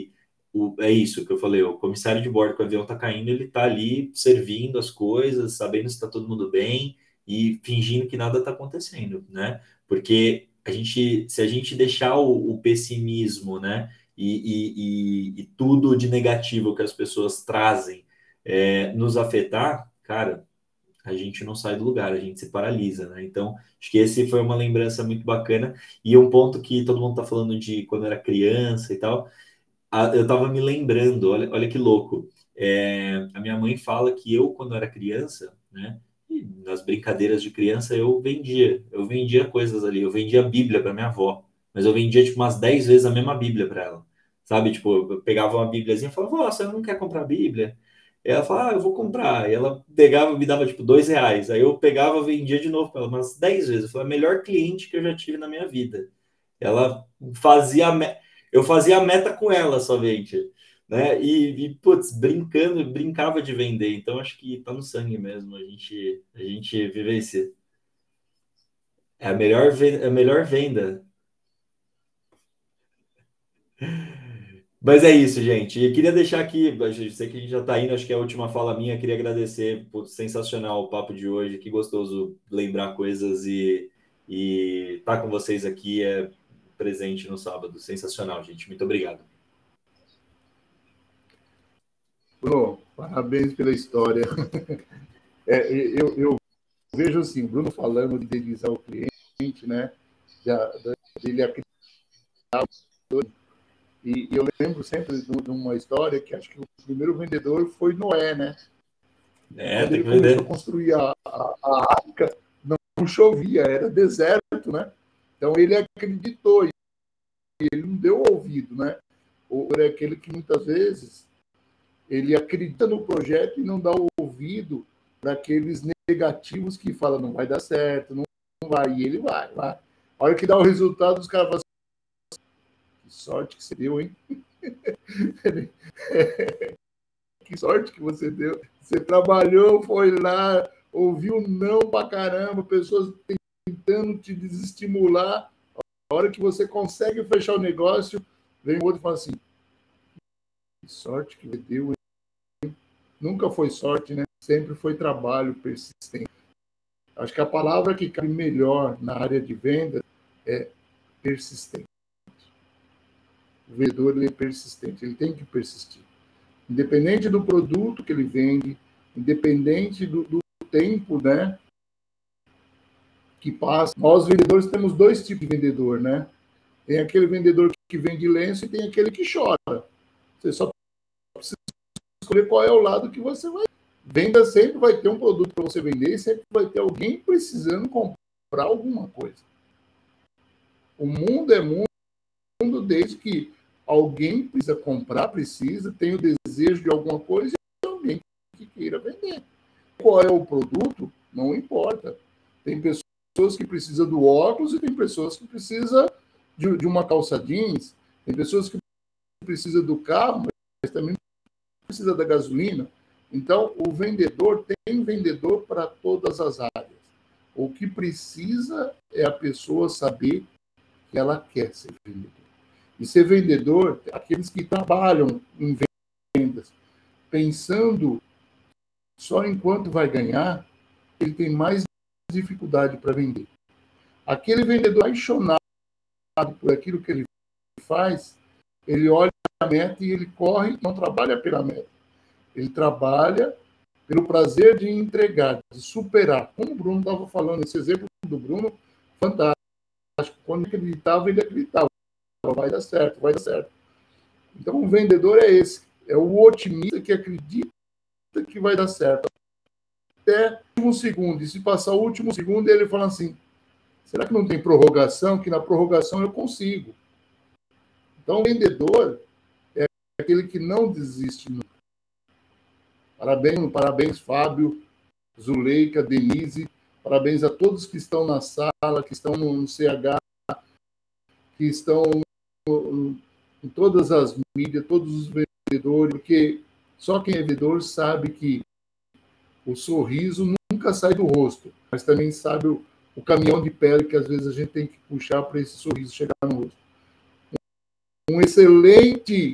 o, é isso que eu falei, o comissário de bordo que o avião está caindo, ele está ali servindo as coisas, sabendo se está todo mundo bem e fingindo que nada está acontecendo, né? Porque a gente, se a gente deixar o, o pessimismo, né, e, e, e, e tudo de negativo que as pessoas trazem é, nos afetar, cara, a gente não sai do lugar, a gente se paralisa, né? Então, acho que esse foi uma lembrança muito bacana. E um ponto que todo mundo está falando de quando era criança e tal, a- eu estava me lembrando, olha, olha que louco. É, a minha mãe fala que eu, quando era criança, né? E nas brincadeiras de criança, eu vendia. Eu vendia coisas ali. Eu vendia Bíblia para minha avó. Mas eu vendia, tipo, umas dez vezes a mesma Bíblia para ela. Sabe? Tipo, eu pegava uma Bíbliazinha e falava, vó, você não quer comprar Bíblia? E ela falava, ah, eu vou comprar. E ela pegava, me dava, tipo, dois reais. Aí eu pegava, vendia de novo para ela, umas dez vezes. Eu falei, a melhor cliente que eu já tive na minha vida. Ela fazia... a me- Eu fazia a meta com ela somente, né? E, e putz, brincando, brincava de vender. Então acho que tá no sangue mesmo. A gente, a gente vivencia. É a melhor, ve- a melhor venda. Mas é isso, gente. E queria deixar aqui, eu sei que a gente já está indo, acho que é a última fala minha. Queria agradecer por sensacional o papo de hoje. Que gostoso lembrar coisas e e estar com vocês aqui é presente no sábado. Sensacional, gente. Muito obrigado. Bruno, parabéns pela história. É, eu, eu vejo assim, o Bruno falando de fidelizar o cliente, né? Ele acreditar. E eu lembro sempre de uma história que acho que o primeiro vendedor foi Noé, né? É, Quando tem ele que começou a vender. construir a, a, a arca, não chovia, era deserto, né? Então ele acreditou e ele não deu ouvido, né? Ou é aquele que muitas vezes ele acredita no projeto e não dá ouvido para aqueles negativos que falam não vai dar certo, não vai, e ele vai, vai. A hora que dá o resultado, os caras falam assim, que sorte que você deu, hein? Que sorte que você deu. Você trabalhou, foi lá, ouviu não pra caramba, pessoas tentando te desestimular. A hora que você consegue fechar o negócio, vem o outro e fala assim, que sorte que você deu, hein? Nunca foi sorte, né? Sempre foi trabalho persistente. Acho que a palavra que cabe melhor na área de venda é persistente. O vendedor ele é persistente, ele tem que persistir. Independente do produto que ele vende, independente do, do tempo, né, que passa. Nós, vendedores, temos dois tipos de vendedor, né? Tem aquele vendedor que vende lenço e tem aquele que chora. Você só precisa escolher qual é o lado que você vai. Venda sempre vai ter um produto para você vender e sempre vai ter alguém precisando comprar alguma coisa. O mundo é mundo desde que alguém precisa comprar, precisa, tem o desejo de alguma coisa e alguém que queira vender. Qual é o produto? Não importa. Tem pessoas que precisam do óculos e tem pessoas que precisam de, de uma calça jeans, tem pessoas que precisam do carro, mas também precisa da gasolina. Então, o vendedor tem vendedor para todas as áreas. O que precisa é a pessoa saber que ela quer ser vendedor. E ser vendedor, aqueles que trabalham em vendas, pensando só em quanto vai ganhar, ele tem mais dificuldade para vender. Aquele vendedor apaixonado por aquilo que ele faz, ele olha a meta e ele corre, não trabalha pela meta. Ele trabalha pelo prazer de entregar, de superar. Como o Bruno estava falando, esse exemplo do Bruno, fantástico. Quando ele acreditava, ele acreditava. Vai dar certo, vai dar certo. Então, o vendedor é esse. É o otimista que acredita que vai dar certo. Até o último segundo. E se passar o último segundo, ele fala assim, será que não tem prorrogação? Que na prorrogação eu consigo. Então, o vendedor é aquele que não desiste nunca. Parabéns, parabéns, Fábio, Zuleika, Denise. Parabéns a todos que estão na sala, que estão no C H, que estão no, em todas as mídias, todos os vendedores, porque só quem é vendedor sabe que o sorriso nunca sai do rosto, mas também sabe o, o caminhão de pele que às vezes a gente tem que puxar para esse sorriso chegar no rosto. Um excelente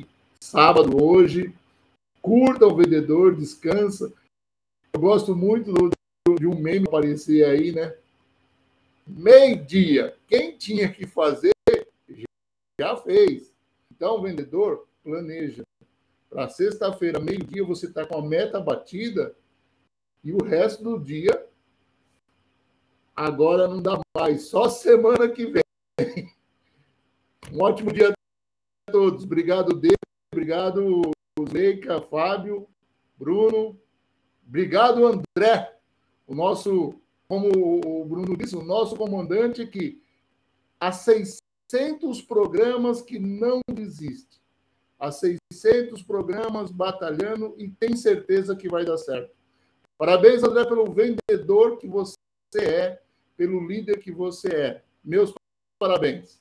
sábado hoje. Curta o vendedor, descansa. Eu gosto muito do, de um meme aparecer aí, né? Meio-dia. Quem tinha que fazer, já fez. Então, vendedor, planeja. Para sexta-feira, meio-dia, você está com a meta batida e o resto do dia, agora não dá mais. Só semana que vem. Um ótimo dia a todos. Obrigado, Deus. Obrigado, Leica, Fábio, Bruno. Obrigado, André, o nosso, como o Bruno disse, o nosso comandante que há seiscentos programas que não desiste. Há seiscentos programas batalhando e tem certeza que vai dar certo. Parabéns, André, pelo vendedor que você é, pelo líder que você é. Meus parabéns.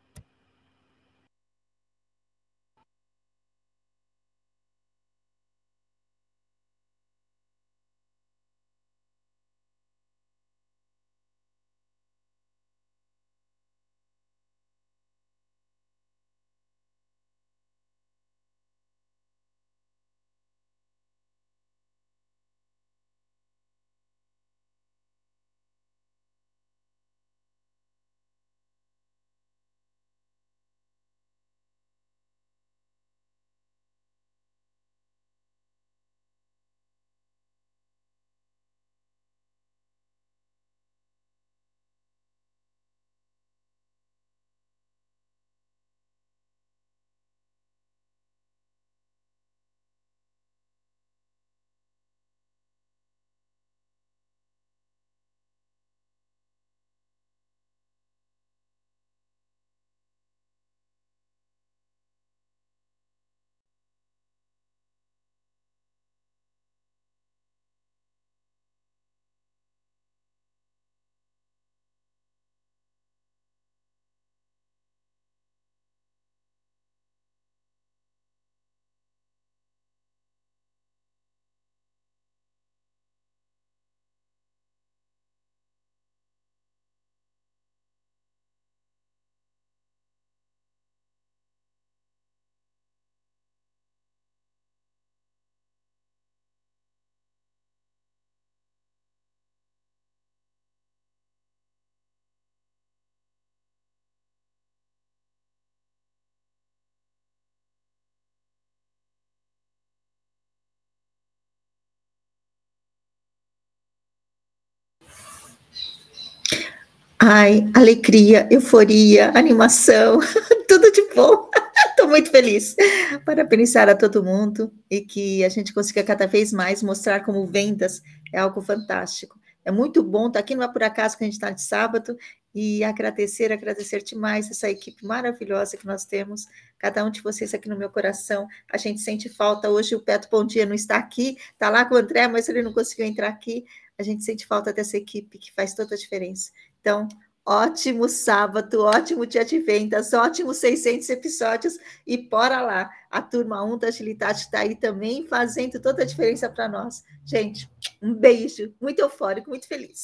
Ai, alegria, euforia, animação, tudo de bom. Estou muito feliz. Parabenizar a todo mundo e que a gente consiga cada vez mais mostrar como vendas é algo fantástico. É muito bom estar aqui, não é por acaso que a gente está de sábado, e agradecer, agradecer demais essa equipe maravilhosa que nós temos, cada um de vocês aqui no meu coração. A gente sente falta, hoje o Beto Bom Dia não está aqui, está lá com o André, mas ele não conseguiu entrar aqui. A gente sente falta dessa equipe que faz toda a diferença. Então, ótimo sábado, ótimo dia de vendas, ótimos seiscentos episódios e bora lá. A turma um da Agilidade está aí também fazendo toda a diferença para nós. Gente, um beijo, muito eufórico, muito feliz.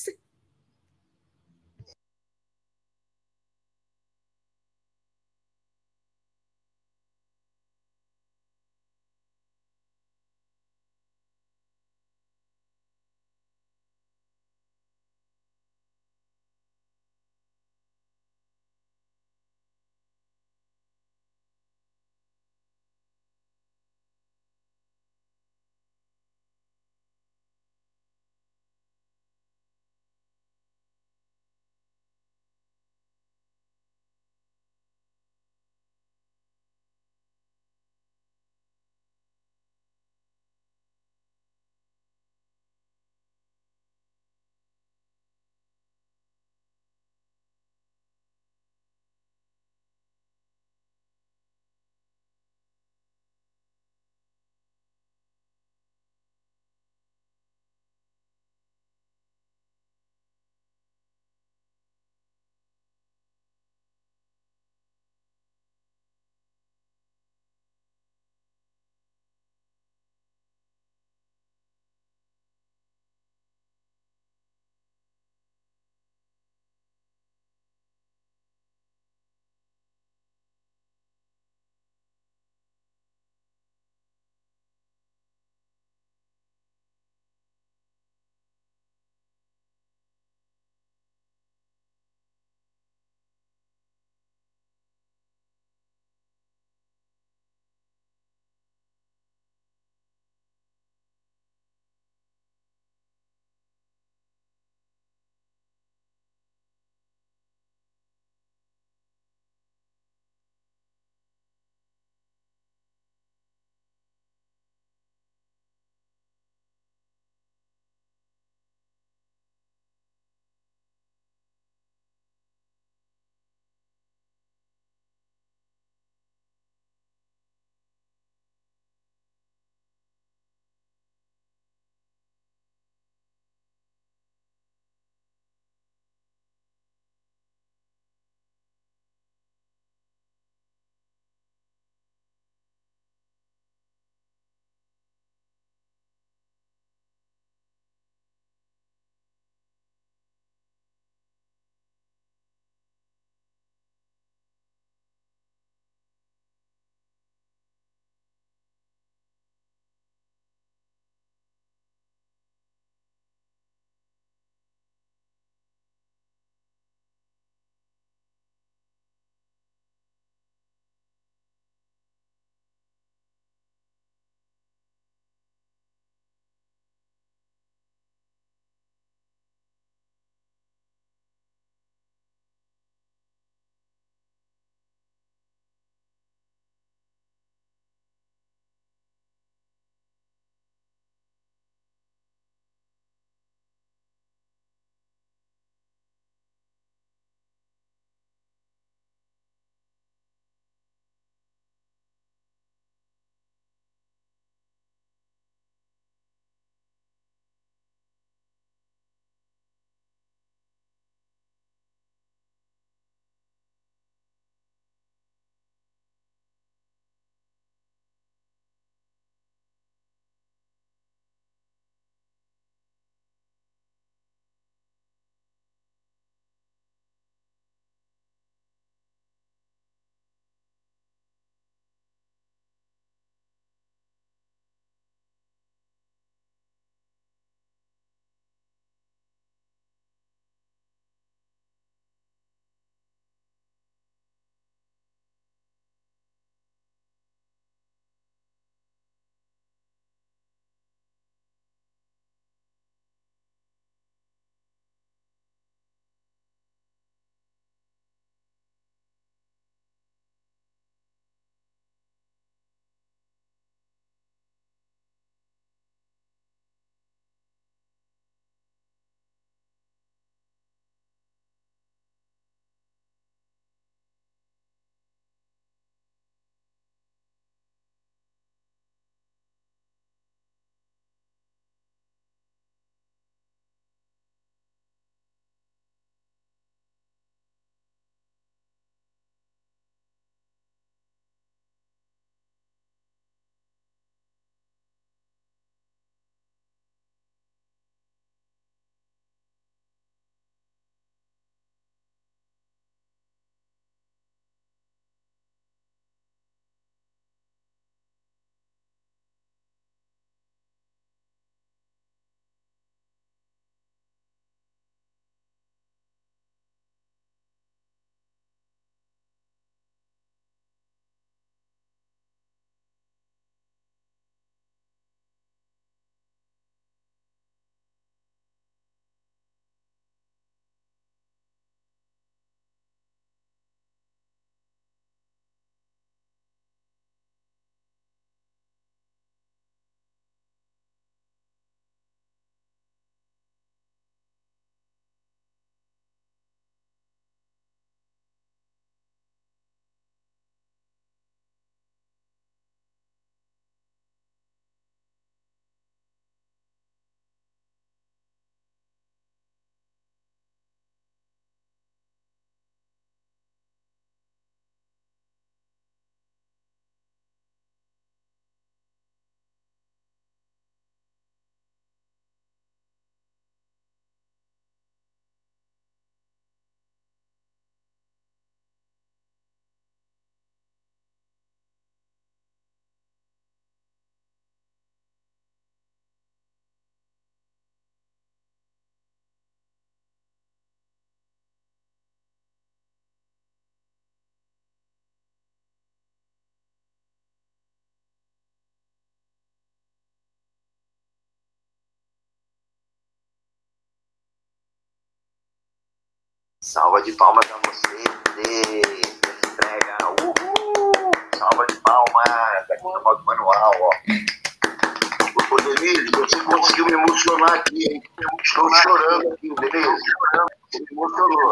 Salva de palmas a você, entrega. Uhul! Salva de palmas. Aqui no modo manual, ó. Ô, Denise, você conseguiu me emocionar aqui, hein? Estou chorando aqui, beleza? Você me emocionou.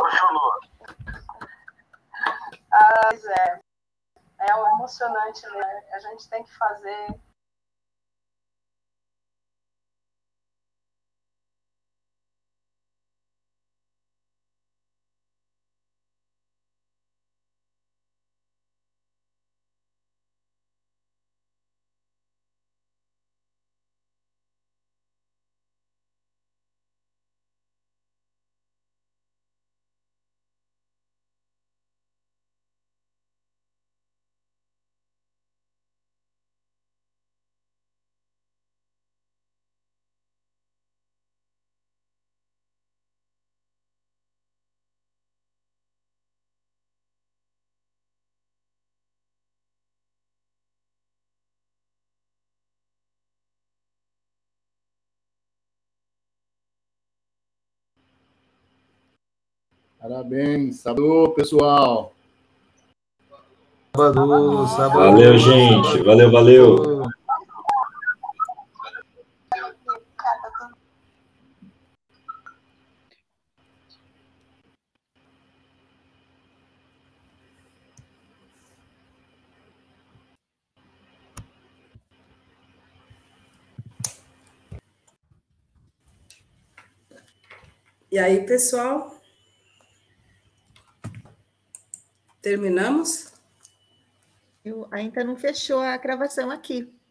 Ah, pois é. É emocionante, né? A gente tem que fazer. Parabéns. Sábado, pessoal. Sábado, sábado. Valeu, gente. Valeu, valeu. E aí, pessoal? Terminamos? Eu, ainda não fechou a gravação aqui.